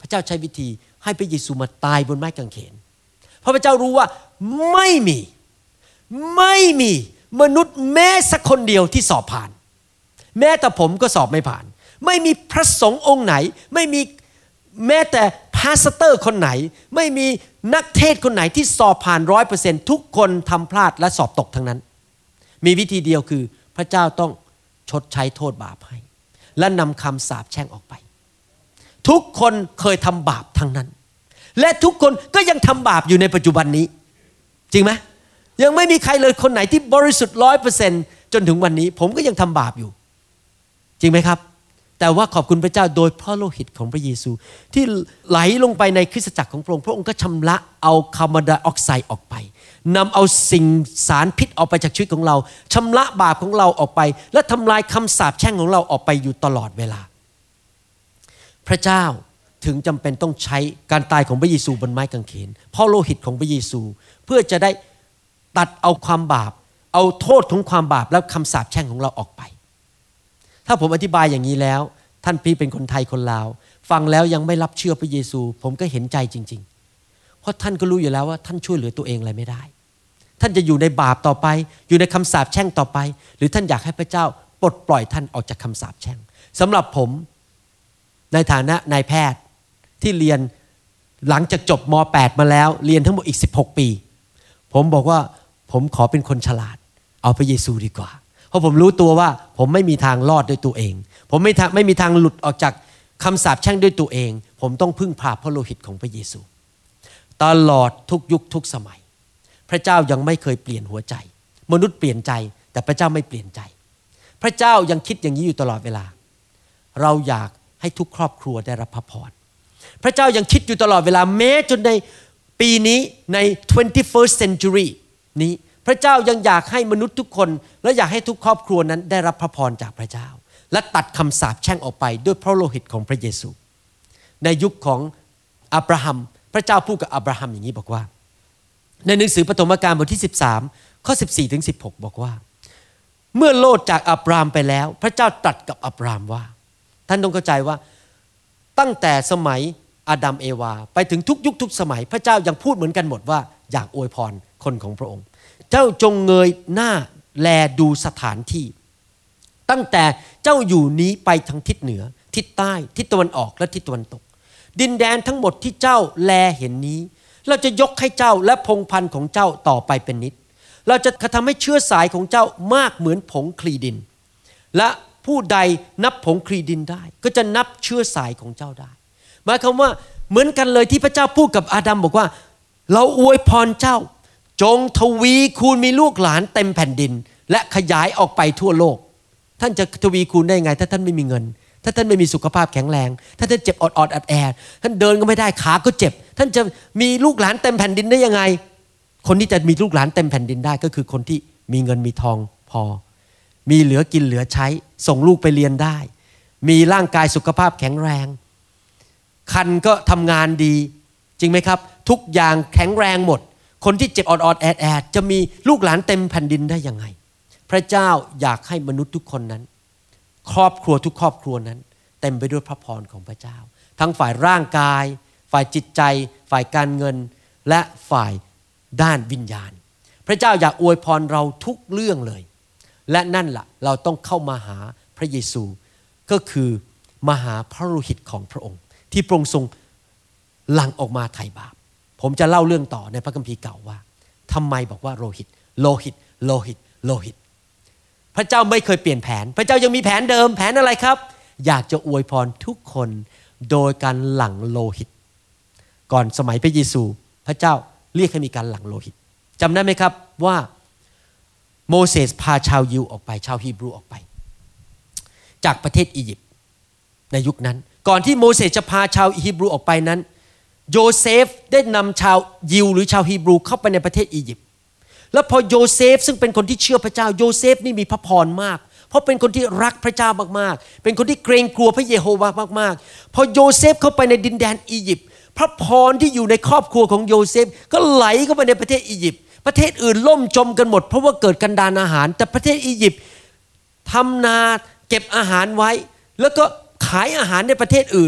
[SPEAKER 2] ระเจ้าใช้วิธีให้พระเยซูมาตายบนไม้กางเขนเพราะพระเจ้ารู้ว่าไม่มีไม่มีมนุษย์แม้สักคนเดียวที่สอบผ่านแม้แต่ผมก็สอบไม่ผ่านไม่มีพระสงฆ์องค์ไหนไม่มีแม้แต่พาสเตอร์คนไหนไม่มีนักเทศคนไหนที่สอบผ่าน ร้อยเปอร์เซ็นต์ ทุกคนทำพลาดและสอบตกทั้งนั้นมีวิธีเดียวคือพระเจ้าต้องชดใช้โทษบาปให้และนำคำสาปแช่งออกไปทุกคนเคยทำบาปทั้งนั้นและทุกคนก็ยังทำบาปอยู่ในปัจจุบันนี้จริงไหมยังไม่มีใครเลยคนไหนที่บริสุทธิ์ ร้อยเปอร์เซ็นต์ จนถึงวันนี้ผมก็ยังทำบาปอยู่จริงไหมครับแต่ว่าขอบคุณพระเจ้าโดยพระโลหิตของพระเยซูที่ไหลลงไปในคริสตจักรของพระองค์พระองค์ก็ชำระเอาคาร์บอนไดออกไซด์ออกไปนำเอาสิ่งสารพิษออกไปจากชีวิตของเราชำระบาปของเราออกไปและทำลายคำสาปแช่งของเราออกไปอยู่ตลอดเวลาพระเจ้าถึงจำเป็นต้องใช้การตายของพระเยซูบนไม้กางเขนเพราะโลหิตของพระเยซูเพื่อจะได้ตัดเอาความบาปเอาโทษของความบาปและคำสาปแช่งของเราออกไปถ้าผมอธิบายอย่างนี้แล้วท่านพี่เป็นคนไทยคนลาวฟังแล้วยังไม่รับเชื่อพระเยซูผมก็เห็นใจจริงๆเพราะท่านก็รู้อยู่แล้วว่าท่านช่วยเหลือตัวเองอะไรไม่ได้ท่านจะอยู่ในบาปต่อไปอยู่ในคำสาปแช่งต่อไปหรือท่านอยากให้พระเจ้าปลดปล่อยท่านออกจากคำสาปแช่งสำหรับผมในฐานะนายแพทย์ที่เรียนหลังจากจบม แปด มาแล้วเรียนทั้งหมดอีกสิบหกปีผมบอกว่าผมขอเป็นคนฉลาดเอาพระเยซูดีกว่าเพราะผมรู้ตัวว่าผมไม่มีทางรอดด้วยตัวเองผมไม่ไม่มีทางหลุดออกจากคำสาปแช่งด้วยตัวเองผมต้องพึ่งพาพระโลหิตของพระเยซูตลอดทุกยุคทุกสมัยพระเจ้ายังไม่เคยเปลี่ยนหัวใจมนุษย์เปลี่ยนใจแต่พระเจ้าไม่เปลี่ยนใจพระเจ้ายังคิดอย่างนี้อยู่ตลอดเวลาเราอยากให้ทุกครอบครัวได้รับพระพรพระเจ้ายังคิดอยู่ตลอดเวลาแม้จนในปีนี้ใน twenty-first century นี้พระเจ้ายังอยากให้มนุษย์ทุกคนและอยากให้ทุกครอบครัวนั้นได้รับพระพรจากพระเจ้าและตัดคำสาปแช่งออกไปด้วยพระโลหิตของพระเยซูในยุคของอับราฮัมพระเจ้าพูดกับอับราฮัมอย่างนี้บอกว่าในหนังสือปฐมกาลบทที่สิบสามข้อสิบสี่ถึงสิบหกบอกว่าเมื่อโลดจากอับรามไปแล้วพระเจ้าตรัสกับอับรามว่าท่านต้องเข้าใจว่าตั้งแต่สมัยอาดัมเอวาไปถึงทุกยุคทุกสมัยพระเจ้ายังพูดเหมือนกันหมดว่าอยากอวยพรคนของพระองค์เจ้าจงเงยหน้าแลดูสถานที่ตั้งแต่เจ้าอยู่นี้ไปทางทิศเหนือทิศใต้ทิศตะวันออกและทิศตะวันตกดินแดนทั้งหมดที่เจ้าแลเห็นนี้เราจะยกให้เจ้าและพงศ์พันธุ์ของเจ้าต่อไปเป็นนิจเราจะทำให้เชื้อสายของเจ้ามากเหมือนผงคลีดินและผู้ใดนับผงคลีดินได้ก็จะนับเชื้อสายของเจ้าได้หมายความว่าเหมือนกันเลยที่พระเจ้าพูดกับอาดัมบอกว่าเราอวยพรเจ้าจงทวีคูณมีลูกหลานเต็มแผ่นดินและขยายออกไปทั่วโลกท่านจะทวีคูณได้ไงถ้าท่านไม่มีเงินถ้าท่านไม่มีสุขภาพแข็งแรงถ้าท่านเจ็บออดๆแอดๆท่านเดินก็ไม่ได้ขาก็เจ็บท่านจะมีลูกหลานเต็มแผ่นดินได้ยังไงคนที่จะมีลูกหลานเต็มแผ่นดินได้ก็คือคนที่มีเงินมีทองพอมีเหลือกินเหลือใช้ส่งลูกไปเรียนได้มีร่างกายสุขภาพแข็งแรงคันก็ทำงานดีจริงไหมครับทุกอย่างแข็งแรงหมดคนที่เจ็บออดๆแอดๆจะมีลูกหลานเต็มแผ่นดินได้ยังไงพระเจ้าอยากให้มนุษย์ทุกคนนั้นครอบครัวทุกครอบครัวนั้นเต็มไปด้วยพระพรของพระเจ้าทั้งฝ่ายร่างกายฝ่ายจิตใจฝ่ายการเงินและฝ่ายด้านวิญญาณพระเจ้าอยากอวยพรเราทุกเรื่องเลยและนั่นล่ะเราต้องเข้ามาหาพระเยซูก็คือมาหาพระโลหิตของพระองค์ที่พระองค์ทรงหลั่งออกมาไถ่บาปผมจะเล่าเรื่องต่อในพระคัมภีร์เก่าว่าทำไมบอกว่าโลหิตโลหิตโลหิตโลหิตพระเจ้าไม่เคยเปลี่ยนแผนพระเจ้ายังมีแผนเดิมแผนอะไรครับอยากจะอวยพรทุกคนโดยการหลั่งโลหิตก่อนสมัยพระเยซูพระเจ้าเรียกให้มีการหลั่งโลหิตจำได้ไหมครับว่าโมเสสพาชาวยิวออกไปชาวฮีบรูออกไปจากประเทศอียิปต์ในยุคนั้นก่อนที่โมเสสจะพาชาวฮีบรูออกไปนั้นโยเซฟได้นำชาวยิวหรือชาวฮีบรูเข้าไปในประเทศอียิปต์แล้วพอโยเซฟซึ่งเป็นคนที่เชื่อพระเจ้าโยเซฟนี่มีพระพรมากเพราะเป็นคนที่รักพระเจ้ามากๆเป็นคนที่เกรงกลัวพระเยโฮวาห์มากๆพอโยเซฟเข้าไปในดินแดนอียิปต์พระพรที่อยู่ในครอบครัวของโยเซฟก็ไหลเข้าไปในประเทศอียิปต์ประเทศอื่นล่มจมกันหมดเพราะว่าเกิดกันดารอาหารแต่ประเทศอียิปต์ทำนาเก็บอาหารไว้แล้วก็ขายอาหารในประเทศอื่น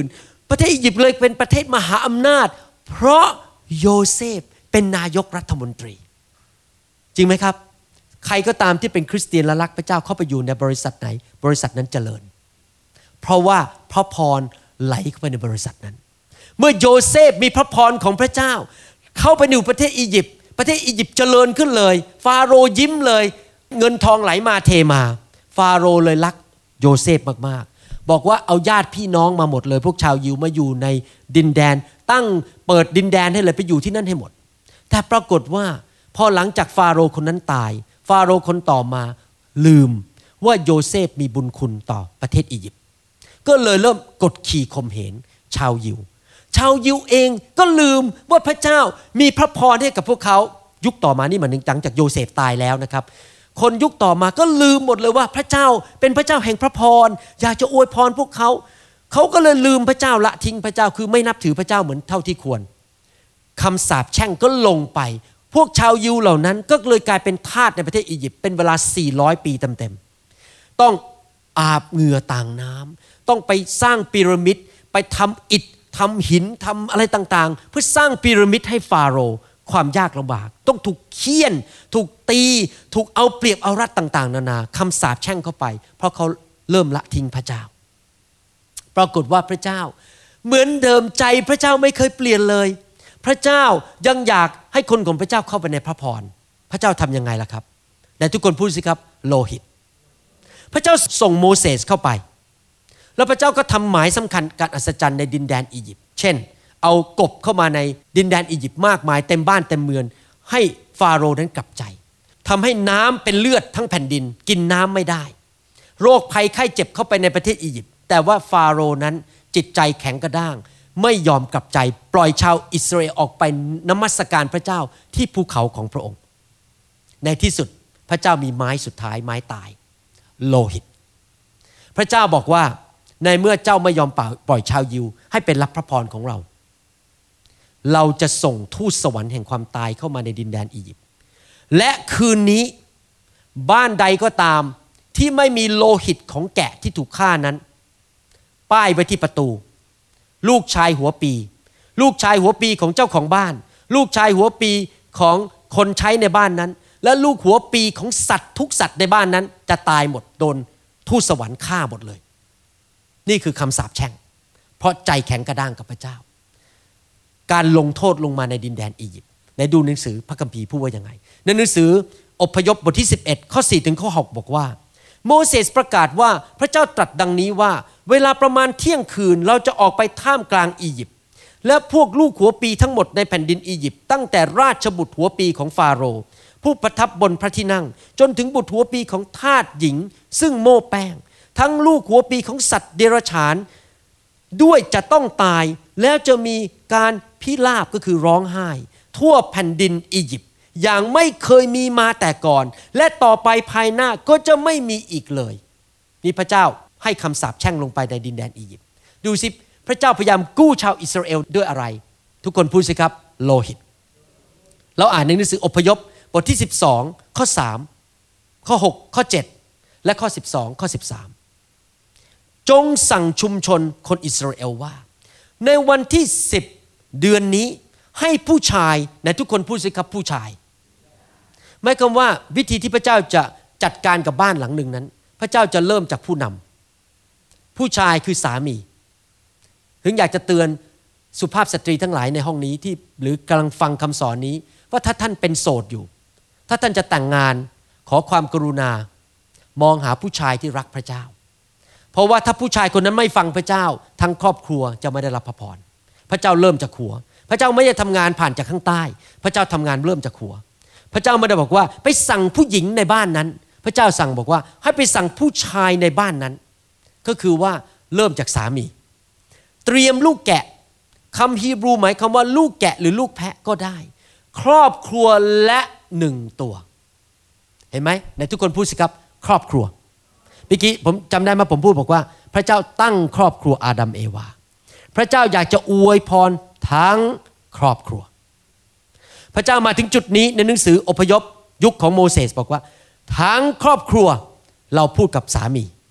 [SPEAKER 2] ประเทศอียิปต์เลยเป็นประเทศมหาอำนาจเพราะโยเซฟเป็นนายกรัฐมนตรีจริงไหมครับใครก็ตามที่เป็นคริสเตียนและรักพระเจ้าเข้าไปอยู่ในบริษัทไหนบริษัทนั้นเจริญเพราะว่าพระพรไหลเข้าไปในบริษัทนั้นเมื่อโยเซฟมีพระพรของพระเจ้าเข้าไปอยู่ประเทศอียิปต์ประเทศอียิปต์เจริญขึ้นเลยฟาโรห์ยิ้มเลยเงินทองไหลมาเทมาฟาโรห์เลยรักโยเซฟมากๆบอกว่าเอาญาติพี่น้องมาหมดเลยพวกชาวยิวมาอยู่ในดินแดนตั้งเปิดดินแดนให้เลยไปอยู่ที่นั่นให้หมดแต่ปรากฏว่าพอหลังจากฟาโรห์คนนั้นตายฟาโรห์คนต่อมาลืมว่าโยเซฟมีบุญคุณต่อประเทศอียิปต์ก็เลยเริ่มกดขี่ข่มเหงชาวยิวชาวยิวเองก็ลืมว่าพระเจ้ามีพระพรให้กับพวกเขายุคต่อมานี่มันหลังจากโยเซฟตายแล้วนะครับคนยุคต่อมาก็ลืมหมดเลยว่าพระเจ้าเป็นพระเจ้าแห่งพระพรอยากจะอวยพรพวกเขาเขาก็เลยลืมพระเจ้าละทิ้งพระเจ้าคือไม่นับถือพระเจ้าเหมือนเท่าที่ควรคำสาปแช่งก็ลงไปพวกชาวยิวเหล่านั้นก็เลยกลายเป็นทาสในประเทศอียิปต์เป็นเวลาสี่ร้อยปีเต็มๆต้องอาบเหงื่อต่างน้ำต้องไปสร้างพีระมิดไปทำอิฐทำหินทำอะไรต่างๆเพื่อสร้างพีระมิดให้ฟาโรห์ความยากลำบากต้องถูกเฆี่ยนถูกตีถูกเอาเปรียบเอารัดต่างๆนานาคำสาปแช่งเข้าไปเพราะเขาเริ่มละทิ้งพระเจ้าปรากฏว่าพระเจ้าเหมือนเดิมใจพระเจ้าไม่เคยเปลี่ยนเลยพระเจ้ายังอยากให้คนของพระเจ้าเข้าไปในพระพรพระเจ้าทำยังไงล่ะครับแต่ทุกคนพูดสิครับโลหิตพระเจ้าส่งโมเสสเข้าไปแล้วพระเจ้าก็ทำหมายสำคัญการอัศจรรย์ในดินแดนอียิปต์เช่นเอากบเข้ามาในดินแดนอียิปต์มากมายเต็มบ้านเต็มเมืองให้ฟาโรห์นั้นกลับใจทำให้น้ำเป็นเลือดทั้งแผ่นดินกินน้ำไม่ได้โรคภัยไข้เจ็บเข้าไปในประเทศอียิปต์แต่ว่าฟาโรห์นั้นจิตใจแข็งกระด้างไม่ยอมกลับใจปล่อยชาวอิสราเอลออกไปนมัสการพระเจ้าที่ภูเขาของพระองค์ในที่สุดพระเจ้ามีไม้สุดท้ายไม้ตายโลหิตพระเจ้าบอกว่าในเมื่อเจ้าไม่ยอมปล่อยชาวยิวให้เป็นรับพระพรของเราเราจะส่งทูตสวรรค์แห่งความตายเข้ามาในดินแดนอียิปต์และคืนนี้บ้านใดก็ตามที่ไม่มีโลหิตของแกะที่ถูกฆ่านั้นป้ายไว้ที่ประตูลูกชายหัวปีลูกชายหัวปีของเจ้าของบ้านลูกชายหัวปีของคนใช้ในบ้านนั้นและลูกหัวปีของสัตว์ทุกสัตว์ในบ้านนั้นจะตายหมดโดนทูตสวรรค์ฆ่าหมดเลยนี่คือคำสาปแช่งเพราะใจแข็งกระด้างกับพระเจ้าการลงโทษลงมาในดินแดนอียิปต์ในดูหนังสือพระคัมภีร์พูดว่ายังไงในหนังสืออพยพบทที่สิบเอ็ดข้อสี่ถึงข้อหกบอกว่าโมเสสประกาศว่าพระเจ้าตรัสดังนี้ว่าเวลาประมาณเที่ยงคืนเราจะออกไปท่ามกลางอียิปต์และพวกลูกหัวปีทั้งหมดในแผ่นดินอียิปต์ตั้งแต่ราชบุตรหัวปีของฟาโรห์ผู้ประทับบนพระที่นั่งจนถึงบุตรหัวปีของทาสหญิงซึ่งโม่แป้งทั้งลูกหัวปีของสัตว์เดรัจฉานด้วยจะต้องตายแล้วจะมีการพิลาภก็คือร้องไห้ทั่วแผ่นดินอียิปต์อย่างไม่เคยมีมาแต่ก่อนและต่อไปภายหน้าก็จะไม่มีอีกเลยนี่พระเจ้าให้คำสาปแช่งลงไปในดินแดนอียิปต์ดูสิพระเจ้าพยายามกู้ชาวอิสราเอลด้วยอะไรทุกคนพูดสิครับโลหิตเราอ่านในหนังสืออพยพบทที่สิบสองข้อสามข้อหกข้อเจ็ดและข้อสิบสองข้อสิบสามจงสั่งชุมชนคนอิสราเอลว่าในวันที่สิบเดือนนี้ให้ผู้ชายในทุกคนพูดสิครับผู้ชายหมายความว่าวิธีที่พระเจ้าจะจัดการกับบ้านหลังหนึ่งนั้นพระเจ้าจะเริ่มจากผู้นำผู้ชายคือสามีถึงอยากจะเตือนสุภาพสตรีทั้งหลายในห้องนี้ที่หรือกำลังฟังคำสอนนี้ว่าถ้าท่านเป็นโสดอยู่ถ้าท่านจะแต่งงานขอความกรุณามองหาผู้ชายที่รักพระเจ้าเพราะว่าถ้าผู้ชายคนนั้นไม่ฟังพระเจ้าทั้งครอบครัวจะไม่ได้รับพระพรพระเจ้าเริ่มจากหัวพระเจ้าไม่ได้ทำงานผ่านจากข้างใต้พระเจ้าทำงานเริ่มจากหัวพระเจ้าไม่ได้บอกว่าไปสั่งผู้หญิงในบ้านนั้นพระเจ้าสั่งบอกว่าให้ไปสั่งผู้ชายในบ้านนั้นก็คือว่าเริ่มจากสามีเตรียมลูกแกะคำฮีบรูหมายคำว่าลูกแกะหรือลูกแพะก็ได้ครอบครัวละหนึ่งตัวเห็นไหมในทุกคนพูดสิครับครอบครัวเมื่อกี้ผมจำได้มาผมพูดบอกว่าพระเจ้าตั้งครอบครัวอาดัมเอวาพระเจ้าอยากจะอวยพรทั้งครอบครัวพระเจ้ามาถึงจุดนี้ในหนังสืออพยพยุคของโมเสสบอกว่าทั้งครอบครัวเราพูดกับสามี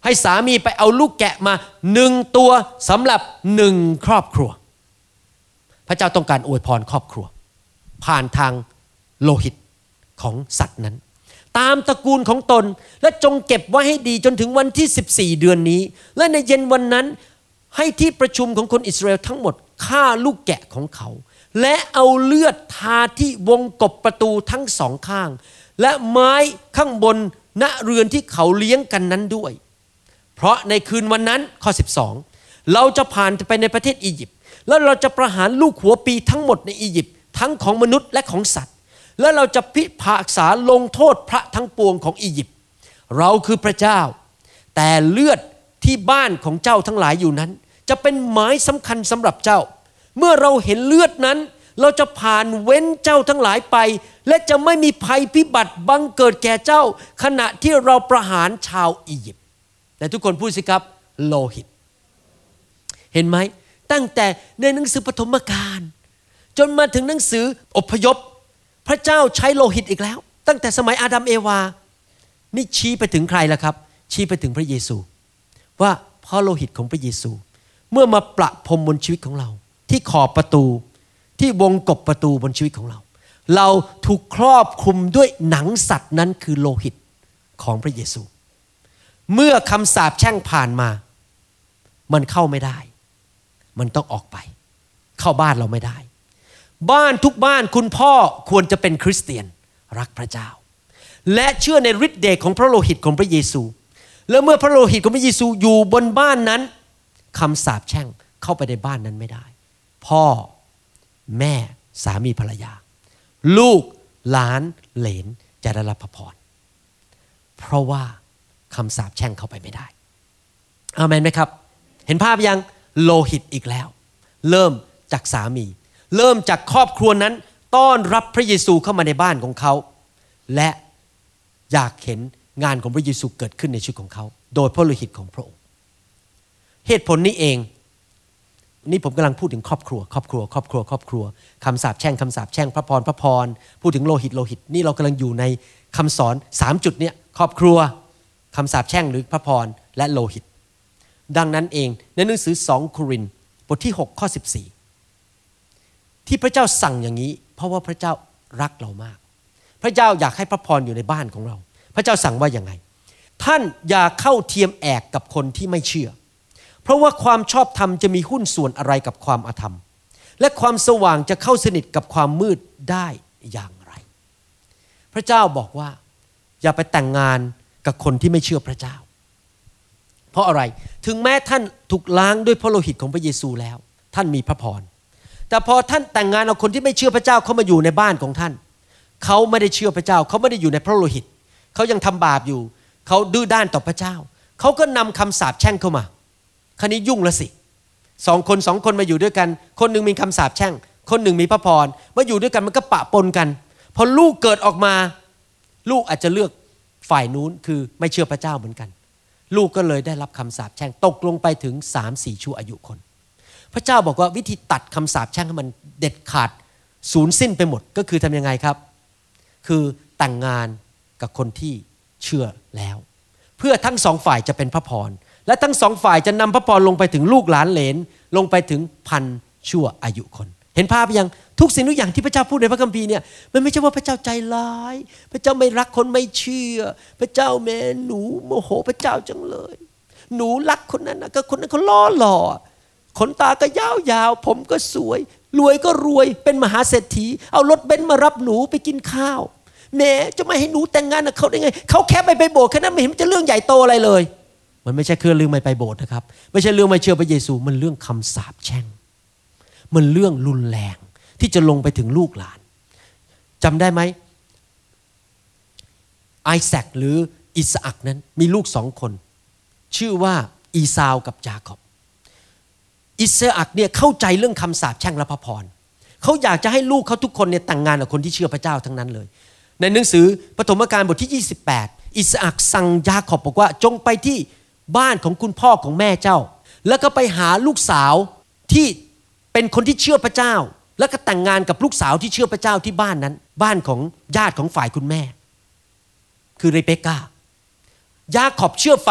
[SPEAKER 2] ให้สามีไปเอาลูกแกะมาหนึ่งตัวสำหรับหนึ่งครอบครัวพระเจ้าต้องการอวยพรครอบครัวผ่านทางโลหิตของสัตว์นั้นตามตระกูลของตนและจงเก็บไว้ให้ดีจนถึงวันที่สิบสี่เดือนนี้และในเย็นวันนั้นให้ที่ประชุมของคนอิสราเอลทั้งหมดฆ่าลูกแกะของเขาและเอาเลือดทาที่วงกบประตูทั้งสองข้างและไม้ข้างบนณเรือนที่เขาเลี้ยงกันนั้นด้วยเพราะในคืนวันนั้นข้อสิบสองเราจะผ่านไปในประเทศอียิปต์แล้วเราจะประหารลูกหัวปีทั้งหมดในอียิปต์ทั้งของมนุษย์และของสัตว์และเราจะพิพากษาลงโทษพระทั้งปวงของอียิปต์เราคือพระเจ้าแต่เลือดที่บ้านของเจ้าทั้งหลายอยู่นั้นจะเป็นหมายสำคัญสำหรับเจ้าเมื่อเราเห็นเลือดนั้นเราจะผ่านเว้นเจ้าทั้งหลายไปและจะไม่มีภัยพิบัติบังเกิดแก่เจ้าขณะที่เราประหารชาวอียิปต์แต่ทุกคนพูดสิครับโลหิตเห็นไหมตั้งแต่ในหนังสือปฐมกาลจนมาถึงหนังสืออพยพพระเจ้าใช้โลหิตอีกแล้วตั้งแต่สมัยอาดัมเอวานี่ชี้ไปถึงใครล่ะครับชี้ไปถึงพระเยซูว่าเพราะโลหิตของพระเยซูเมื่อมาประพรมบนชีวิตของเราที่ขอบประตูที่วงกบประตูบนชีวิตของเราเราถูกครอบคลุมด้วยหนังสัตว์นั้นคือโลหิตของพระเยซูเมื่อคำสาปแช่งผ่านมามันเข้าไม่ได้มันต้องออกไปเข้าบ้านเราไม่ได้บ้านทุกบ้านคุณพ่อควรจะเป็นคริสเตียนรักพระเจ้าและเชื่อในฤทธิ์เดชของพระโลหิตของพระเยซูแล้วเมื่อพระโลหิตของพระเยซูอยู่บนบ้านนั้นคำสาปแช่งเข้าไปในบ้านนั้นไม่ได้พ่อแม่สามีภรรยาลูกหลานเหลนจะได้รับพระพรเพราะว่าคำสาปแช่งเข้าไปไม่ได้อาเมนไหมครับเห็นภาพยังโลหิตอีกแล้วเริ่มจากสามีเริ่มจากครอบครัวนั้นต้อนรับพระเยซูเข้ามาในบ้านของเขาและอยากเห็นงานของพระเยซูเกิดขึ้นในชีวิตของเขาโดยพระโลหิตของพระองค์เหตุผลนี้เองนี่ผมกำลังพูดถึงครอบครัวครอบครัวครอบครัวครอบครัวคำสาปแช่งคำสาปแช่งพระพรพระพรพูดถึงโลหิตโลหิตนี่เรากำลังอยู่ในคำสอนสามจุดเนี่ยครอบครัวคำสาปแช่งหรือพระพรและโลหิตดังนั้นเองในหนังสือสองโครินธ์บทที่หกข้อสิบสี่ที่พระเจ้าสั่งอย่างนี้เพราะว่าพระเจ้ารักเรามากพระเจ้าอยากให้พระพรอยู่ในบ้านของเราพระเจ้าสั่งว่าอย่างไงท่านอย่าเข้าเทียมแอกกับคนที่ไม่เชื่อเพราะว่าความชอบธรรมจะมีหุ้นส่วนอะไรกับความอธรรมและความสว่างจะเข้าสนิทกับความมืดได้อย่างไรพระเจ้าบอกว่าอย่าไปแต่งงานกับคนที่ไม่เชื่อพระเจ้าเพราะอะไรถึงแม้ท่านถูกล้างด้วยพระโลหิตของพระเยซูแล้วท่านมีพระพรแต่พอท่านแต่งงานกับคนที่ไม่เชื่อพระเจ้าเข้ามาอยู่ในบ้านของท่านเขาไม่ได้เชื่อพระเจ้าเขาไม่ได้อยู่ในพระโลหิตเขายังทำบาปอยู่เขาดื้อด้านต่อพระเจ้าเขาก็นำคำสาปแช่งเข้ามาคราวนี้ยุ่งละสิสองคนสองคนมาอยู่ด้วยกันคนหนึ่งมีคำสาปแช่งคนหนึ่งมีพระพรมาอยู่ด้วยกันมันก็ปะปนกันพอลูกเกิดออกมาลูกอาจจะเลือกฝ่ายนู้นคือไม่เชื่อพระเจ้าเหมือนกันลูกก็เลยได้รับคำสาปแช่งตกลงไปถึง สามสี่ ชั่วอายุคนพระเจ้าบอกว่าวิธีตัดคำสาปแช่งให้มันเด็ดขาดสูญสิ้นไปหมดก็คือทำยังไงครับคือแต่งงานกับคนที่เชื่อแล้วเพื่อทั้งสองฝ่ายจะเป็นพระพรและทั้งสองฝ่ายจะนำพระพรลงไปถึงลูกหลานเหลนลงไปถึงพันชั่วอายุคนเห็นภาพยังทุกสิ่งทุกอย่างที่พระเจ้าพูดในพระคัมภีร์เนี่ยมันไม่ใช่ว่าพระเจ้าใจร้ายพระเจ้าไม่รักคนไม่เชื่อพระเจ้าแม่หนูโมโหพระเจ้าจังเลยหนูรักคนนั้นนะก็คนนั้นเขาล้อหล่อขนตาก็ยาวๆผมก็สวยรวยก็รวยเป็นมหาเศรษฐีเอารถเบนซ์มารับหนูไปกินข้าวแม่จะไม่ให้หนูแต่งงานกับเขาได้ไงเขาแค่ไปไปโบสถ์แค่นั้นไม่เห็นจะเรื่องใหญ่โตอะไรเลยมันไม่ใช่เรื่องไม่ไปโบสถ์นะครับไม่ใช่เรื่องไม่เชื่อพระเยซูมันเรื่องคำสาปแช่งมันเรื่องรุนแรงที่จะลงไปถึงลูกหลานจำได้ไหมไอแซคหรืออิสอัคนั้นมีลูกสองคนชื่อว่าอีซาวกับยาโคบอิสอัคเนี่ยเข้าใจเรื่องคำสาปแช่งและพระพรเขาอยากจะให้ลูกเขาทุกคนเนี่ยแต่งงานกับคนที่เชื่อพระเจ้าทั้งนั้นเลยในหนังสือปฐมกาลบทที่ยี่สิบแปดอิสอัคสั่งยาโคบบอกว่าจงไปที่บ้านของคุณพ่อของแม่เจ้าแล้วก็ไปหาลูกสาวที่เป็นคนที่เชื่อพระเจ้าแล้วก็แต่งงานกับลูกสาวที่เชื่อพระเจ้าที่บ้านนั้นบ้านของญาติของฝ่ายคุณแม่คือเรเบคก้ายาโคบเชื่อฟัง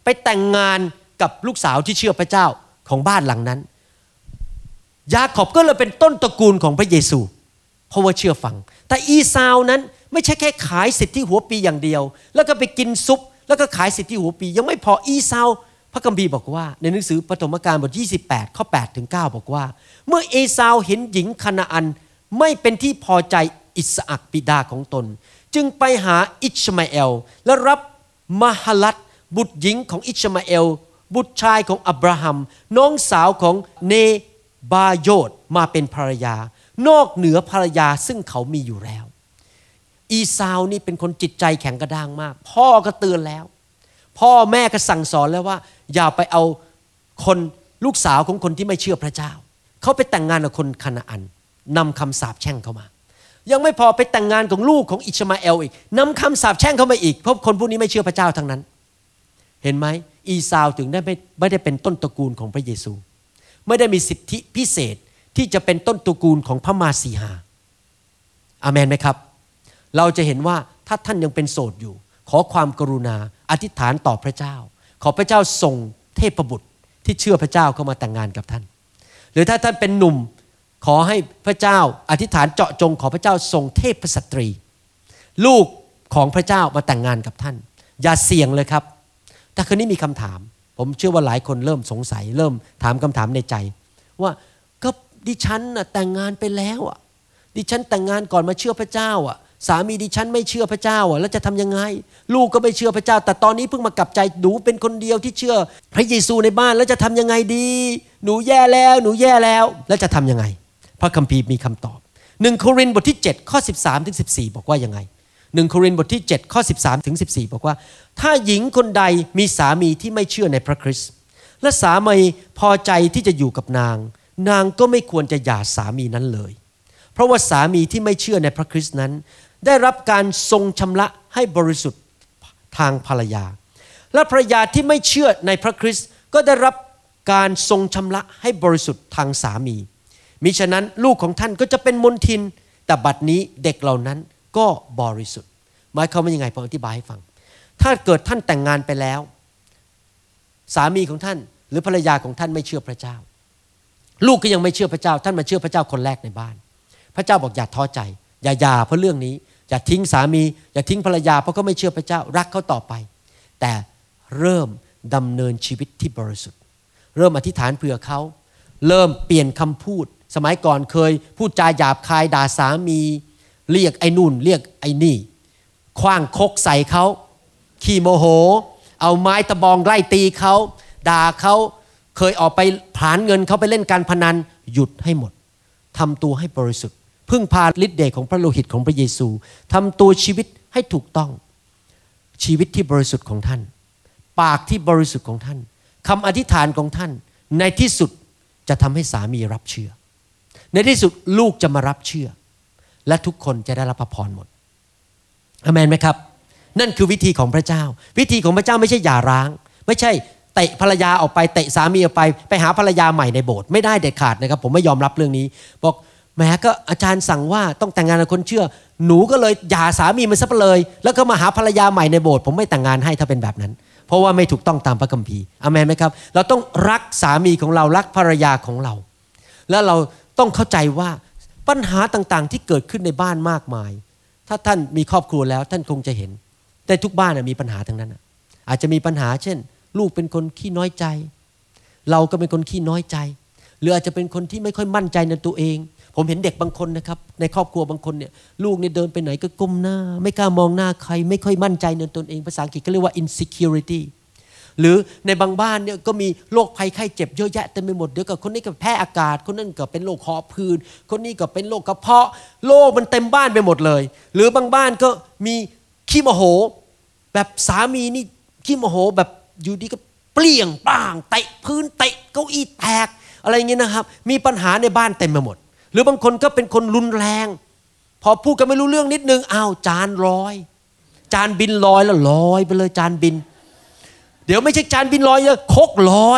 [SPEAKER 2] ไปแต่งงานกับลูกสาวที่เชื่อพระเจ้าของบ้านหลังนั้นยาโคบก็เลยเป็นต้นตระกูลของพระเยซูเพราะว่าเชื่อฟังแต่อีซาวนั้นไม่ใช่แค่ขายสิทธิหัวปีอย่างเดียวแล้วก็ไปกินซุปแล้วก็ขายสิทธิหัวปียังไม่พออีซาวพระคัมภีร์บอกว่าในหนังสือปฐมกาลบทยี่สิบแปดข้อแปดถึงเก้าบอกว่าเมื่อเอซาวเห็นหญิงคานาอันไม่เป็นที่พอใจอิสอัคบิดาของตนจึงไปหาอิชมาเอลและรับมหลัตบุตรหญิงของอิชมาเอลบุตรชายของอับราฮัมน้องสาวของเนบาโยตมาเป็นภรรยานอกเหนือภรรยาซึ่งเขามีอยู่แล้วอีซาวนี่เป็นคนจิตใจแข็งกระด้างมากพ่อก็เตือนแล้วพ่อแม่ก็สั่งสอนแล้วว่าอย่าไปเอาคนลูกสาวของคนที่ไม่เชื่อพระเจ้าเขาไปแต่งงานกับคนคานาอันนำคำสาปแช่งเข้ามายังไม่พอไปแต่งงานของลูกของอิชมาเอลอีกนำคำสาปแช่งเข้ามาอีกเพราะคนพวกนี้ไม่เชื่อพระเจ้าทั้งนั้นเห็นไหมอีซาวถึงได้ไม่ไม่ได้เป็นต้นตระกูลของพระเยซูไม่ได้มีสิทธิพิเศษที่จะเป็นต้นตระกูลของพระมาสีหาอาเมนไหมครับเราจะเห็นว่าถ้าท่านยังเป็นโสดอยู่ขอความกรุณาอธิษฐานต่อพระเจ้าขอพระเจ้าส่งเทพบุตรที่เชื่อพระเจ้าเข้ามาแต่งงานกับท่านหรือถ้าท่านเป็นหนุ่มขอให้พระเจ้าอธิษฐานเจาะจงขอพระเจ้าส่งเทพสตรีลูกของพระเจ้ามาแต่งงานกับท่านอย่าเสี่ยงเลยครับแต่คืนนี้มีคำถามผมเชื่อว่าหลายคนเริ่มสงสัยเริ่มถามคำถามในใจว่าก็ดิฉันน่ะแต่งงานไปแล้วอ่ะดิฉันแต่งงานก่อนมาเชื่อพระเจ้าอ่ะสามีดิฉันไม่เชื่อพระเจ้าอ่ะแล้วจะทำยังไงลูกก็ไม่เชื่อพระเจ้าแต่ตอนนี้เพิ่งมากลับใจหนูเป็นคนเดียวที่เชื่อพระเยซูในบ้านแล้วจะทำยังไงดีหนูแย่แล้วหนูแย่แล้วแล้วจะทำยังไงพระคัมภีร์มีคำตอบหนึ่งโครินธ์บทที่เจ็ดข้อสิบสามถึงสิบสี่บอกว่ายังไงหนึ่งโครินธ์บทที่เจ็ดข้อสิบสามถึงสิบสี่บอกว่าถ้าหญิงคนใดมีสามีที่ไม่เชื่อในพระคริสต์และสามีพอใจที่จะอยู่กับนางนางก็ไม่ควรจะหย่าสามีนั้นเลยเพราะว่าสามีที่ไม่เชื่อในพระคริสต์นั้นได้รับการทรงชำระให้บริสุทธิ์ทางภรรยาและภรรยาที่ไม่เชื่อในพระคริสต์ก็ได้รับการทรงชำระให้บริสุทธิ์ทางสามีมิฉะนั้นลูกของท่านก็จะเป็นมลทินแต่บัดนี้เด็กเหล่านั้นก็บริสุทธิ์หมายความว่ายังไงผมอธิบายให้ฟังถ้าเกิดท่านแต่งงานไปแล้วสามีของท่านหรือภรรยาของท่านไม่เชื่อพระเจ้าลูกก็ยังไม่เชื่อพระเจ้าท่านมาเชื่อพระเจ้าคนแรกในบ้านพระเจ้าบอกอย่าท้อใจอย่าหย่าเพราะเรื่องนี้อย่าทิ้งสามีอย่าทิ้งภรรยาเพราะเขาไม่เชื่อพระเจ้ารักเขาต่อไปแต่เริ่มดำเนินชีวิตที่บริสุทธิ์เริ่มอธิษฐานเผื่อเขาเริ่มเปลี่ยนคำพูดสมัยก่อนเคยพูดจาหยาบคายด่าสามีเรียกไอ้นู่นเรียกไอ้นี่ขว้างคกใส่เขาขี้โมโหเอาไม้ตะบองไล่ตีเขาด่าเขาเคยออกไปผลาญเงินเขาไปเล่นการพนันหยุดให้หมดทำตัวให้บริสุทธิ์พึ่งพาฤทธิ์เดชของพระโลหิตของพระเยซูทำตัวชีวิตให้ถูกต้องชีวิตที่บริสุทธิ์ของท่านปากที่บริสุทธิ์ของท่านคำอธิษฐานของท่านในที่สุดจะทำให้สามีรับเชื่อในที่สุดลูกจะมารับเชื่อและทุกคนจะได้รับพระพรหมดอาเมนไหมครับนั่นคือวิธีของพระเจ้าวิธีของพระเจ้าไม่ใช่หย่าร้างไม่ใช่เตะภรรยาออกไปเตะสามีออกไปไปหาภรรยาใหม่ในโบสถ์ไม่ได้เด็ดขาดนะครับผมไม่ยอมรับเรื่องนี้บอกแหมก็อาจารย์สั่งว่าต้องแต่งงานกับคนเชื่อหนูก็เลยหย่าสามีมันซะเลยแล้วก็มาหาภรรยาใหม่ในโบสถ์ผมไม่แต่งงานให้ถ้าเป็นแบบนั้นเพราะว่าไม่ถูกต้องตามพระคัมภีร์อาเมนไหมครับเราต้องรักสามีของเรารักภรรยาของเราแล้วเราต้องเข้าใจว่าปัญหาต่างๆที่เกิดขึ้นในบ้านมากมายถ้าท่านมีครอบครัวแล้วท่านคงจะเห็นแต่ทุกบ้านมีปัญหาทั้งนั้นอาจจะมีปัญหาเช่นลูกเป็นคนขี้น้อยใจเราก็เป็นคนขี้น้อยใจหรืออาจจะเป็นคนที่ไม่ค่อยมั่นใจในตัวเองผมเห็นเด็กบางคนนะครับในครอบครัวบางคนเนี่ยลูกเนี่ยเดินไปไหนก็ก้มหน้าไม่กล้ามองหน้าใครไม่ค่อยมั่นใจในตนเองภาษาอังกฤษก็เรียกว่า insecurity หรือในบางบ้านเนี่ยก็มีโรคภัยไข้เจ็บเยอะแยะเต็มไปหมดเดี๋ยวกับคนนี้ก็แพ้อากาศคนนั้นก็เป็นโรคหอบหืดคนนี้ก็เป็นโรคกระเพาะโรคมันเต็มบ้านไปหมดเลยหรือบางบ้านก็มีขี้โมโหแบบสามีนี่ขี้โมโหแบบอยู่ดีก็เปลี่ยงป้างเตะพื้นเตะเก้าอี้แตกอะไรอย่างเงี้ยนะครับมีปัญหาในบ้านเต็มไปหมดหรือบางคนก็เป็นคนรุนแรงพอพูดกันไม่รู้เรื่องนิดนึงอ้าวจานลอยจานบินลอยแล้วลอยไปเลยจานบินเดี๋ยวไม่ใช่จานบินลอยเลยคกลอย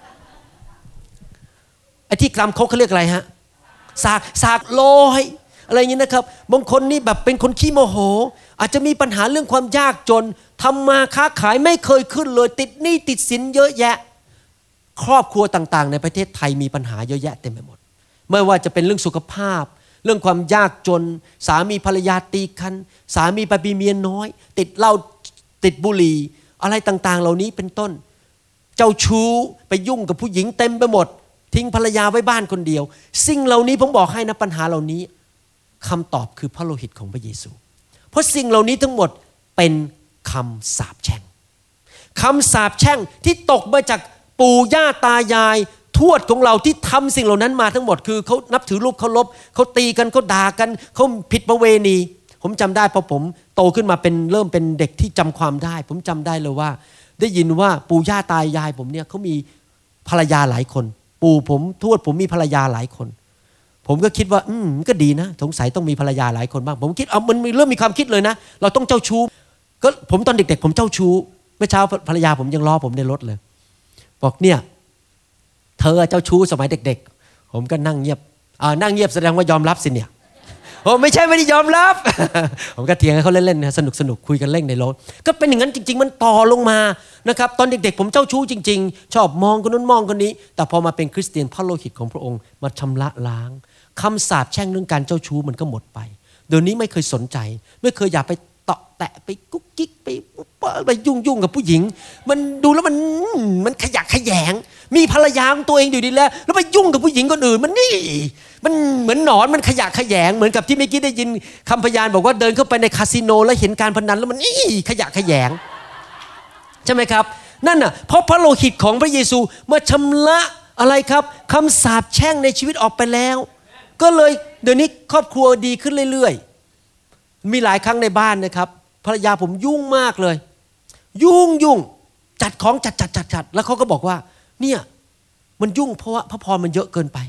[SPEAKER 2] ไอ้ที่กลำคกเขาเรียกอะไรฮะสากสากลอยอะไรอย่างนี้นะครับบางคนนี่แบบเป็นคนขี้โมโหอาจจะมีปัญหาเรื่องความยากจนทำมาค้าขายไม่เคยขึ้นเลยติดหนี้ติดสินเยอะแยะครอบครัวต่างๆในประเทศไทยมีปัญหาเยอะแยะเต็มไปหมดไม่ว่าจะเป็นเรื่องสุขภาพเรื่องความยากจนสามีภรรยาตีกันสามีไปมีเมียน้อยติดเหล้าติดบุหรี่อะไรต่างๆเหล่านี้เป็นต้นเจ้าชู้ไปยุ่งกับผู้หญิงเต็มไปหมดทิ้งภรรยาไว้บ้านคนเดียวสิ่งเหล่านี้ผมบอกให้นะปัญหาเหล่านี้คำตอบคือพระโลหิตของพระเยซูเพราะสิ่งเหล่านี้ทั้งหมดเป็นคำสาปแช่งคำสาปแช่งที่ตกมาจากปู่ย่าตายายทวดของเราที่ทำสิ่งเหล่านั้นมาทั้งหมดคือเขานับถือรูปเคารพเขาตีกันเขาด่ากันเขาผิดประเวณีผมจำได้พอผมโตขึ้นมาเป็นเริ่มเป็นเด็กที่จำความได้ผมจำได้เลยว่าได้ยินว่าปู่ย่าตายายผมเนี่ยเขามีภรรยาหลายคนปู่ผมทวดผมมีภรรยาหลายคนผมก็คิดว่าอืมก็ดีนะสงสัยต้องมีภรรยาหลายคนบ้างผมคิดเอามันเริ่มมีความคิดเลยนะเราต้องเจ้าชู้ก็ผมตอนเด็กๆผมเจ้าชู้เมื่อเช้าภรรยาผมยังล้อผมในรถเลยบอกเนี่ยเธอเจ้าชู้สมัยเด็กๆผมก็นั่งเงียบอ่านั่งเงียบแสดงว่ายอมรับสิเนี่ยโอ้ไม่ใช่ไม่ได้ยอมรับ ผมก็เถียงให้เขาเล่นๆนะสนุกๆคุยกันเล่นในรถก็เป็นอย่างนั้นจริงๆมันต่อลงมานะครับตอนเด็กๆผมเจ้าชู้จริงๆชอบมองคนนู้นมองคนนี้แต่พอมาเป็นคริสเตียนพระโลหิตของพระองค์มาชำระล้างคำสาปแช่งเรื่องการเจ้าชู้มันก็หมดไปเดี๋ยวนี้ไม่เคยสนใจไม่เคยอยากไปเตาะแตะไปกุ๊กกิ๊กไปไปยุ่งยุ่งกับผู้หญิงมันดูแล้วมันมันขยะแขยงมีภรรยาของตัวเองอยู่ดีแล้วแล้วไปยุ่งกับผู้หญิงคนอื่นมันนี่มันเหมือนหนอนมันขยะแขยงเหมือนกับที่เมื่อกี้ได้ยินคำพยานบอกว่าเดินเข้าไปในคาสิโนแล้วเห็นการพนันแล้วมันนี่ขยะแขยงใช่ไหมครับนั่นน่ะเพราะพระโลหิตของพระเยซูมาชำระอะไรครับคำสาปแช่งในชีวิตออกไปแล้วก็เลยเดี๋ยวนี้ครอบครัวดีขึ้นเรื่อยๆมีหลายครั้งในบ้านนะครับภรรยาผมยุ่งมากเลยยุ่งยุ่งจัดของจัดจัดจัดจัดแล้วเขาก็บอกว่าเนี่ยมันยุ่งเพราะว่าพระพรมันเยอะเกินไป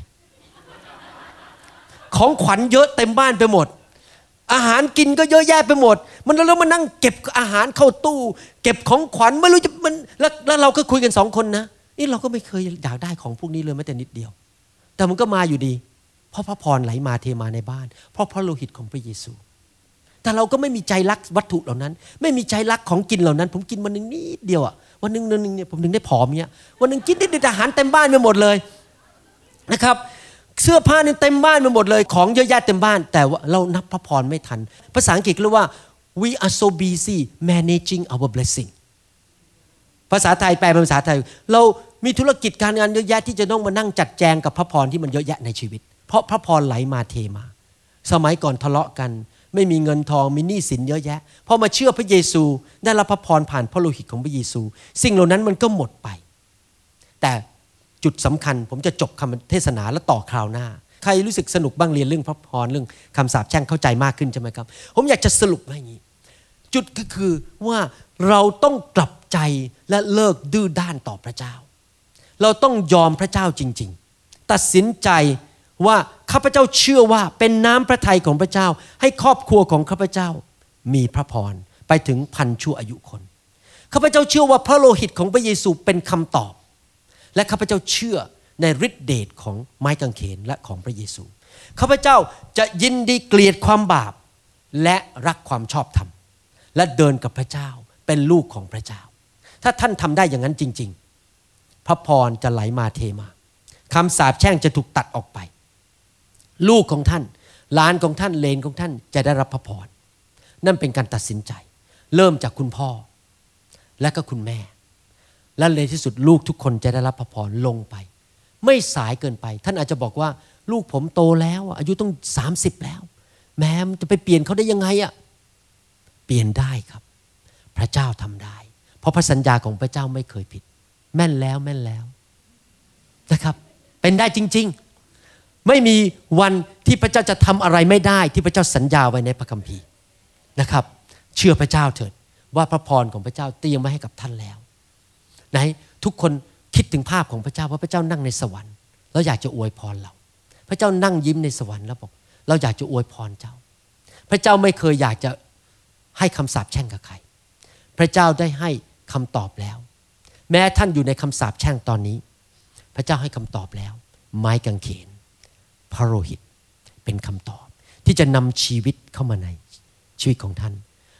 [SPEAKER 2] ของขวัญเยอะเต็มบ้านไปหมดอาหารกินก็เยอะแยะไปหมดมันแล้วมานั่งเก็บอาหารเข้าตู้เก็บของขวัญไม่รู้จะมันแล้วแล้วเราก็คุยกันสองคนนะนี่เราก็ไม่เคยอยากได้ของพวกนี้เลยแม้แต่นิดเดียวแต่มันก็มาอยู่ดีเพราะพระพรไหลมาเทมาในบ้านเพราะพระโลหิตของพระเยซูแต่เราก็ไม่มีใจรักวัตถุเหล่านั้นไม่มีใจรักของกินเหล่านั้นผมกินวันนึงนิดเดียวอ่ะวันนึงนึงเนี่ยผมถึงได้ผอมเนี่ยวันนึงกินได้อาหารเต็มบ้านไปหมดเลยนะครับเสื้อผ้านี่เต็มบ้านไปหมดเลยของเยอะแยะเต็มบ้านแต่ว่าเรานับพระพรไม่ทันภาษาอังกฤษเรียกว่า we are so busy managing our blessing ภาษาไทยแปลเป็นภาษาไทยเรามีธุรกิจการงานเยอะแยะที่จะต้องมานั่งจัดแจงกับพระพรที่มันเยอะแยะในชีวิตเพราะพระพรไหลมาเทมาสมัยก่อนทะเลาะกันไม่มีเงินทองมีหนี้สินเยอะแยะพอมาเชื่อพระเยซูได้รับพระพรผ่านพระโลหิตของพระเยซูสิ่งเหล่านั้นมันก็หมดไปแต่จุดสำคัญผมจะจบคำเทศนาและต่อคราวหน้าใครรู้สึกสนุกบ้างเรียนเรื่องพระพรเรื่องคำสาปแช่งเข้าใจมากขึ้นใช่ไหมครับผมอยากจะสรุปให้อย่างนี้จุดก็คือว่าเราต้องกลับใจและเลิกดื้อด้านต่อพระเจ้าเราต้องยอมพระเจ้าจริงๆตัดสินใจว่าข้าพเจ้าเชื่อว่าเป็นน้ำพระทัยของพระเจ้าให้ครอบครัวของข้าพเจ้ามีพระพรไปถึงพันชั่วอายุคนข้าพเจ้าเชื่อว่าพระโลหิตของพระเยซูเป็นคำตอบและข้าพเจ้าเชื่อในฤทธิเดชของไม้กางเขนและของพระเยซูข้าพเจ้าจะยินดีเกลียดความบาปและรักความชอบธรรมและเดินกับพระเจ้าเป็นลูกของพระเจ้าถ้าท่านทำได้อย่างนั้นจริงๆพระพรจะไหลมาเทมาคำสาปแช่งจะถูกตัดออกไปลูกของท่านหลานของท่านเลนของท่านจะได้รับพระพรนั่นเป็นการตัดสินใจเริ่มจากคุณพ่อและก็คุณแม่และในที่สุดลูกทุกคนจะได้รับพระพรลงไปไม่สายเกินไปท่านอาจจะบอกว่าลูกผมโตแล้วอายุต้องสามสิบแล้วแม้มันจะไปเปลี่ยนเขาได้ยังไงอะเปลี่ยนได้ครับพระเจ้าทำได้เพราะพระสัญญาของพระเจ้าไม่เคยผิดแม่นแล้วแม่นแล้วนะครับเป็นได้จริงๆไม่มีวันที่พระเจ้าจะทำอะไรไม่ได้ที่พระเจ้าสัญญาไว้ในพระคัมภีร์นะครับเชื่อพระเจ้าเถิดว่าพระพรของพระเจ้าเตรียมไว้ให้กับท่านแล้วไหนทุกคนคิดถึงภาพของพระเจ้าว่าพระเจ้านั่งในสวรรค์แล้วอยากจะอวยพรเราพระเจ้านั่งยิ้มในสวรรค์แล้วบอกเราอยากจะอวยพรเจ้าพระเจ้าไม่เคยอยากจะให้คำสาปแช่งกับใครพระเจ้าได้ให้คำตอบแล้วแม้ท่านอยู่ในคำสาปแช่งตอนนี้พระเจ้าให้คำตอบแล้วไม้กางเขนพระโลหิตเป็นคำตอบที่จะนำชีวิตเข้ามาในชีวิตของท่าน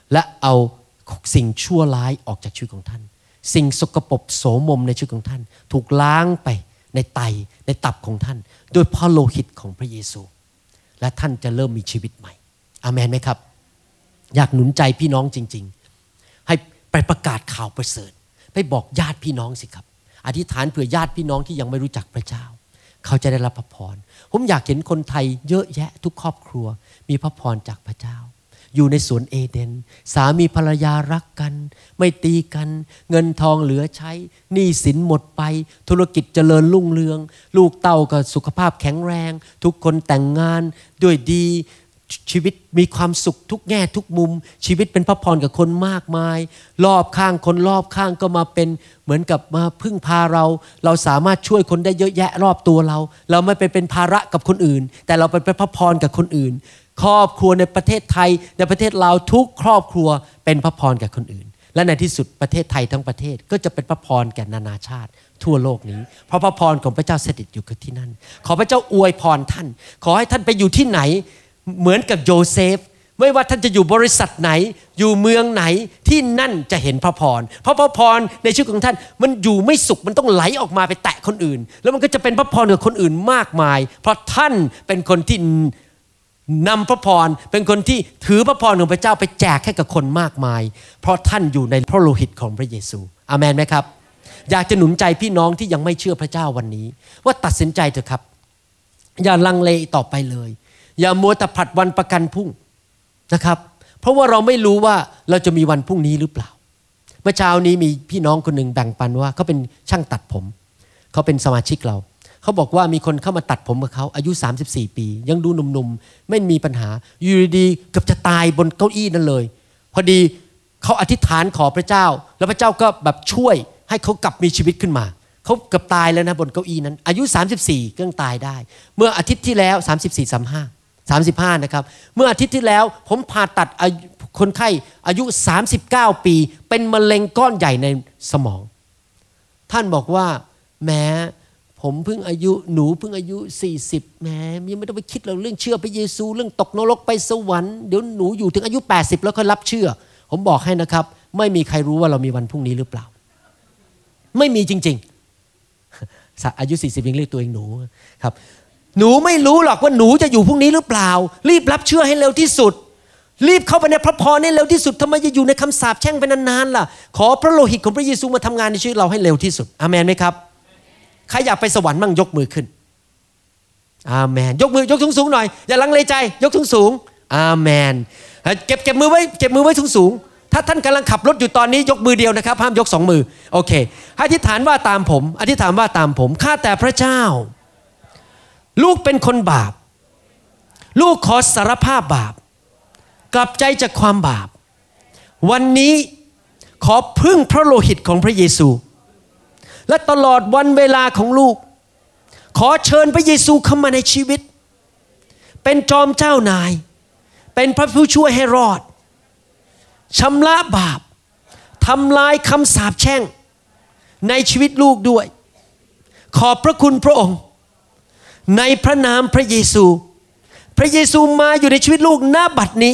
[SPEAKER 2] และเอาสิ่งชั่วร้ายออกจากชีวิตของท่านสิ่งสกปรกโสมมในชีวิตของท่านถูกล้างไปในไตในตับของท่านโดยพระโลหิตของพระเยซูและท่านจะเริ่มมีชีวิตใหม่อาเมนไหมครับอยากหนุนใจพี่น้องจริงๆให้ไปประกาศข่าวประเสริฐไปบอกญาติพี่น้องสิครับอธิษฐานเผื่อญาติพี่น้องที่ยังไม่รู้จักพระเจ้าเขาจะได้รับพระพรผมอยากเห็นคนไทยเยอะแยะทุกครอบครัวมีพระพรจากพระเจ้าอยู่ในสวนเอเดนสามีภรรยารักกันไม่ตีกันเงินทองเหลือใช้หนี้สินหมดไปธุรกิจเจริญรุ่งเรืองลูกเต้าก็สุขภาพแข็งแรงทุกคนแต่งงานด้วยดีชีวิตมีความสุขทุกแง่ทุกมุมชีวิตเป็นพระพรกับคนมากมายรอบข้างคนรอบข้างก็มาเป็นเหมือนกับมาพึ่งพาเราเราสามารถช่วยคนได้เยอะแยะรอบตัวเราเราไม่ไปเป็นภาระกับคนอื่นแต่เราเป็นพระพรกับคนอื่นครอบครัวในประเทศไทยในประเทศลาวทุกครอบครัวเป็นพระพรกับคนอื่นและในที่สุดประเทศไทยทั้งประเทศก็จะเป็นพระพรแก่นานาชาติทั่วโลกนี้เพราะพระพรของพระเจ้าสถิตอยู่ที่นั่นขอพระเจ้าอวยพรท่านขอให้ท่านไปอยู่ที่ไหนเหมือนกับโยเซฟไม่ว่าท่านจะอยู่บริษัทไหนอยู่เมืองไหนที่นั่นจะเห็นพระพรเพราะพระพรในชีวิตของท่านมันอยู่ไม่สุขมันต้องไหลออกมาไปแตะคนอื่นแล้วมันก็จะเป็นพระพรกับคนอื่นมากมายเพราะท่านเป็นคนที่นำพระพรเป็นคนที่ถือพระพรของพระเจ้าไปแจกให้กับคนมากมายเพราะท่านอยู่ในพระโลหิตของพระเยซูอาเมนไหมครับอยากจะหนุนใจพี่น้องที่ยังไม่เชื่อพระเจ้าวันนี้ว่าตัดสินใจเถอะครับอย่าลังเลต่อไปเลยอย่ามัวแต่ผลัดวันประกันพรุ่งนะครับเพราะว่าเราไม่รู้ว่าเราจะมีวันพรุ่งนี้หรือเปล่าเมื่อเช้านี้มีพี่น้องคนหนึ่งแบ่งปันว่าเขาเป็นช่างตัดผมเขาเป็นสมาชิกเราเขาบอกว่ามีคนเข้ามาตัดผมกับเขาอายุสามสิบสี่ปียังดูหนุ่มๆไม่มีปัญหาอยู่ดีๆเกือบจะตายบนเก้าอี้นั่นเลยพอดีเขาอธิษฐานขอพระเจ้าแล้วพระเจ้าก็แบบช่วยให้เขากลับมีชีวิตขึ้นมาเขาเกือบตายแล้วนะบนเก้าอี้นั้นอายุสามสิบสี่ก็ตายได้เมื่ออาทิตย์ที่แล้วสามสิบสี่ สามสิบห้า สามสิบห้านะครับเมื่ออาทิตย์ที่แล้วผมผ่าตัดคนไข้อายุสามสิบเก้าปีเป็นมะเร็งก้อนใหญ่ในสมองท่านบอกว่าแม้ผมเพิ่งอายุหนูเพิ่งอายุสี่สิบแม้ยังไม่ต้องไปคิดเรื่องเชื่อพระเยซูเรื่องตกนรกไปสวรรค์เดี๋ยวหนูอยู่ถึงอายุแปดสิบแล้วค่อยรับเชื่อผมบอกให้นะครับไม่มีใครรู้ว่าเรามีวันพรุ่งนี้หรือเปล่าไม่มีจริงๆอายุสี่สิบยังเรียกตัวเองหนูครับหนูไม่รู้หรอกว่าหนูจะอยู่พรุ่งนี้หรือเปล่ารีบรับเชื่อให้เร็วที่สุดรีบเข้าไปในพระพรให้เร็วที่สุดทำไมจะอยู่ในคำสาปแช่งไปนานๆล่ะขอพระโลหิตของพระเยซูมาทำงานในชีวิตเราให้เร็วที่สุดอาเมนไหมครับใครอยากไปสวรรค์มั่งยกมือขึ้นอาเมนยกมือยกสูงๆหน่อยอย่าลังเลใจยกสูงๆอาเมนเก็บเก็บมือไว้เก็บมือไว้สูงๆถ้าท่านกำลังขับรถอยู่ตอนนี้ยกมือเดียวนะครับห้ามยกสองมือโอเคอธิษฐานว่าตามผมอธิษฐานว่าตามผมข้าแต่พระเจ้าลูกเป็นคนบาปลูกขอสารภาพบาปกลับใจจากความบาปวันนี้ขอพึ่งพระโลหิตของพระเยซูและตลอดวันเวลาของลูกขอเชิญพระเยซูเข้ามาในชีวิตเป็นจอมเจ้านายเป็นพระผู้ช่วยให้รอดชำระบาปทำลายคำสาปแช่งในชีวิตลูกด้วยขอบพระคุณพระองค์ในพระนามพระเยซูพระเยซูมาอยู่ในชีวิตลูกณบัดนี้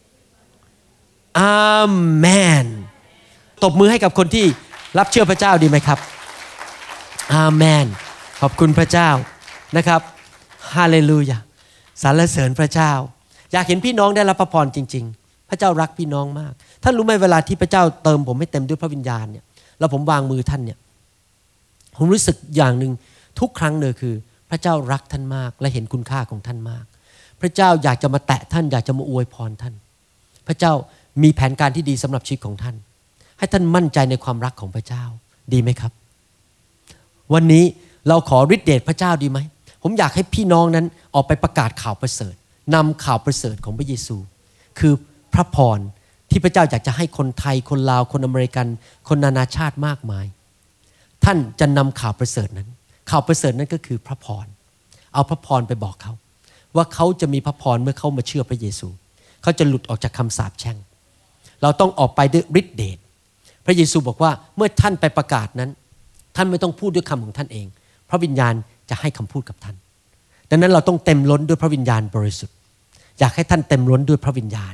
[SPEAKER 2] อาเมนตบมือให้กับคนที่รับเชื่อพระเจ้าดีไหมครับอาเมนขอบคุณพระเจ้านะครับฮาเลลูยาสรรเสริญพระเจ้าอยากเห็นพี่น้องได้รับพระพรจริงๆพระเจ้ารักพี่น้องมากท่านรู้ไหมเวลาที่พระเจ้าเติมผมให้เต็มด้วยพระวิญญาณเนี่ยแล้วผมวางมือท่านเนี่ยผมรู้สึกอย่างนึงทุกครั้งเลยคือพระเจ้ารักท่านมากและเห็นคุณค่าของท่านมากพระเจ้าอยากจะมาแตะท่านอยากจะมาอวยพรท่านพระเจ้ามีแผนการที่ดีสำหรับชีวิตของท่านให้ท่านมั่นใจในความรักของพระเจ้าดีไหมครับวันนี้เราขอฤทธิ์เดชพระเจ้าดีไหมผมอยากให้พี่น้องนั้นออกไปประกาศข่าวประเสริฐนำข่าวประเสริฐของพระเยซูคือพระพรที่พระเจ้าอยากจะให้คนไทยคนลาวคนอเมริกันคนนานาชาติมากมายท่านจะนำข่าวประเสริฐนั้นข่าวประเสริฐนั้นก็คือพระพรเอาพระพรไปบอกเขาว่าเขาจะมีพระพรเมื่อเขามาเชื่อพระเยซูเขาจะหลุดออกจากคำสาปแช่งเราต้องออกไปด้วยฤทธิ์เดชพระเยซูบอกว่าเมื่อท่านไปประกาศนั้นท่านไม่ต้องพูดด้วยคำของท่านเองพระวิญญาณจะให้คำพูดกับท่านดังนั้นเราต้องเต็มล้นด้วยพระวิญญาณบริสุทธิ์อยากให้ท่านเต็มล้นด้วยพระวิญญาณ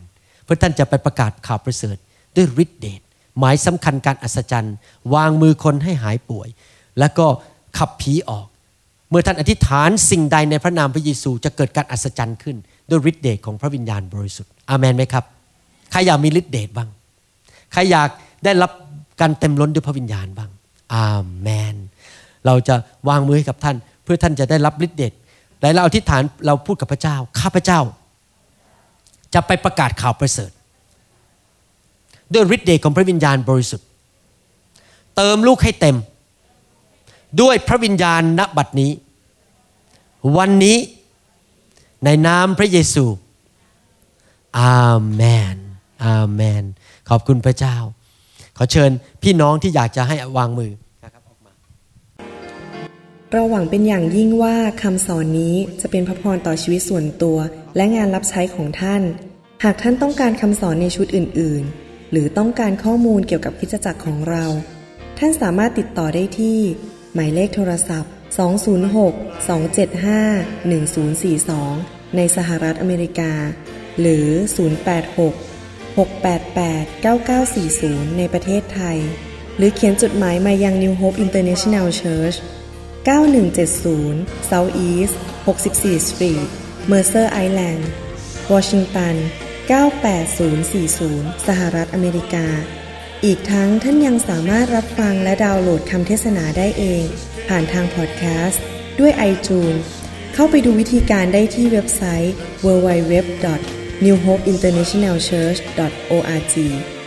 [SPEAKER 2] เพื่อท่านจะไปประกาศข่าวประเสริฐด้วยฤทธิ์เดชหมายสำคัญการอัศจรรย์วางมือคนให้หายป่วยแล้วก็ขับผีออกเมื่อท่านอธิษฐานสิ่งใดในพระนามพระเยซูจะเกิดการอัศจรรย์ขึ้นด้วยฤทธิ์เดชของพระวิญญาณบริสุทธิ์อาเมนไหมครับใครอยากมีฤทธิ์เดชบ้างใครอยากได้รับการเต็มล้นด้วยพระวิญญาณบ้างอาเมนเราจะวางมือให้กับท่านเพื่อท่านจะได้รับฤทธิ์เดชและเราอธิษฐานเราพูดกับพระเจ้าข้าพเจ้าจะไปประกาศข่าวประเสริฐด้วยฤทธิ์เดชของพระวิญญาณบริสุทธิ์เติมลูกให้เต็มด้วยพระวิญญาณณบัดนี้วันนี้ในนามพระเยซูอาเมนอาเมนขอบคุณพระเจ้าขอเชิญพี่น้องที่อยากจะให้วางมือนะครับออกมา
[SPEAKER 1] เราหวังเป็นอย่างยิ่งว่าคำสอนนี้จะเป็นพระพรต่อชีวิตส่วนตัวและงานรับใช้ของท่านหากท่านต้องการคำสอนในชุดอื่นๆหรือต้องการข้อมูลเกี่ยวกับคริสตจักรของเราท่านสามารถติดต่อได้ที่หมายเลขโทรศัพท์สอง ศูนย์ หก สอง เจ็ด ห้า หนึ่ง ศูนย์ สี่ สองในสหรัฐอเมริกาหรือศูนย์ แปด หก หก แปด แปด เก้า เก้า สี่ ศูนย์ในประเทศไทยหรือเขียนจดหมายมายัง New Hope International Church เก้าหนึ่งเจ็ดศูนย์ South East หกสิบสี่ Street Mercer Island Washington เก้าแปดศูนย์สี่ศูนย์สหรัฐอเมริกาอีกทั้งท่านยังสามารถรับฟังและดาวน์โหลดคำเทศนาได้เองผ่านทางพอดแคสต์ด้วย iTunes เข้าไปดูวิธีการได้ที่เว็บไซต์ ดับเบิลยู ดับเบิลยู ดับเบิลยู ดอท นิว โฮป อินเตอร์เนชั่นแนล เชิร์ช ดอท โอ อาร์ จี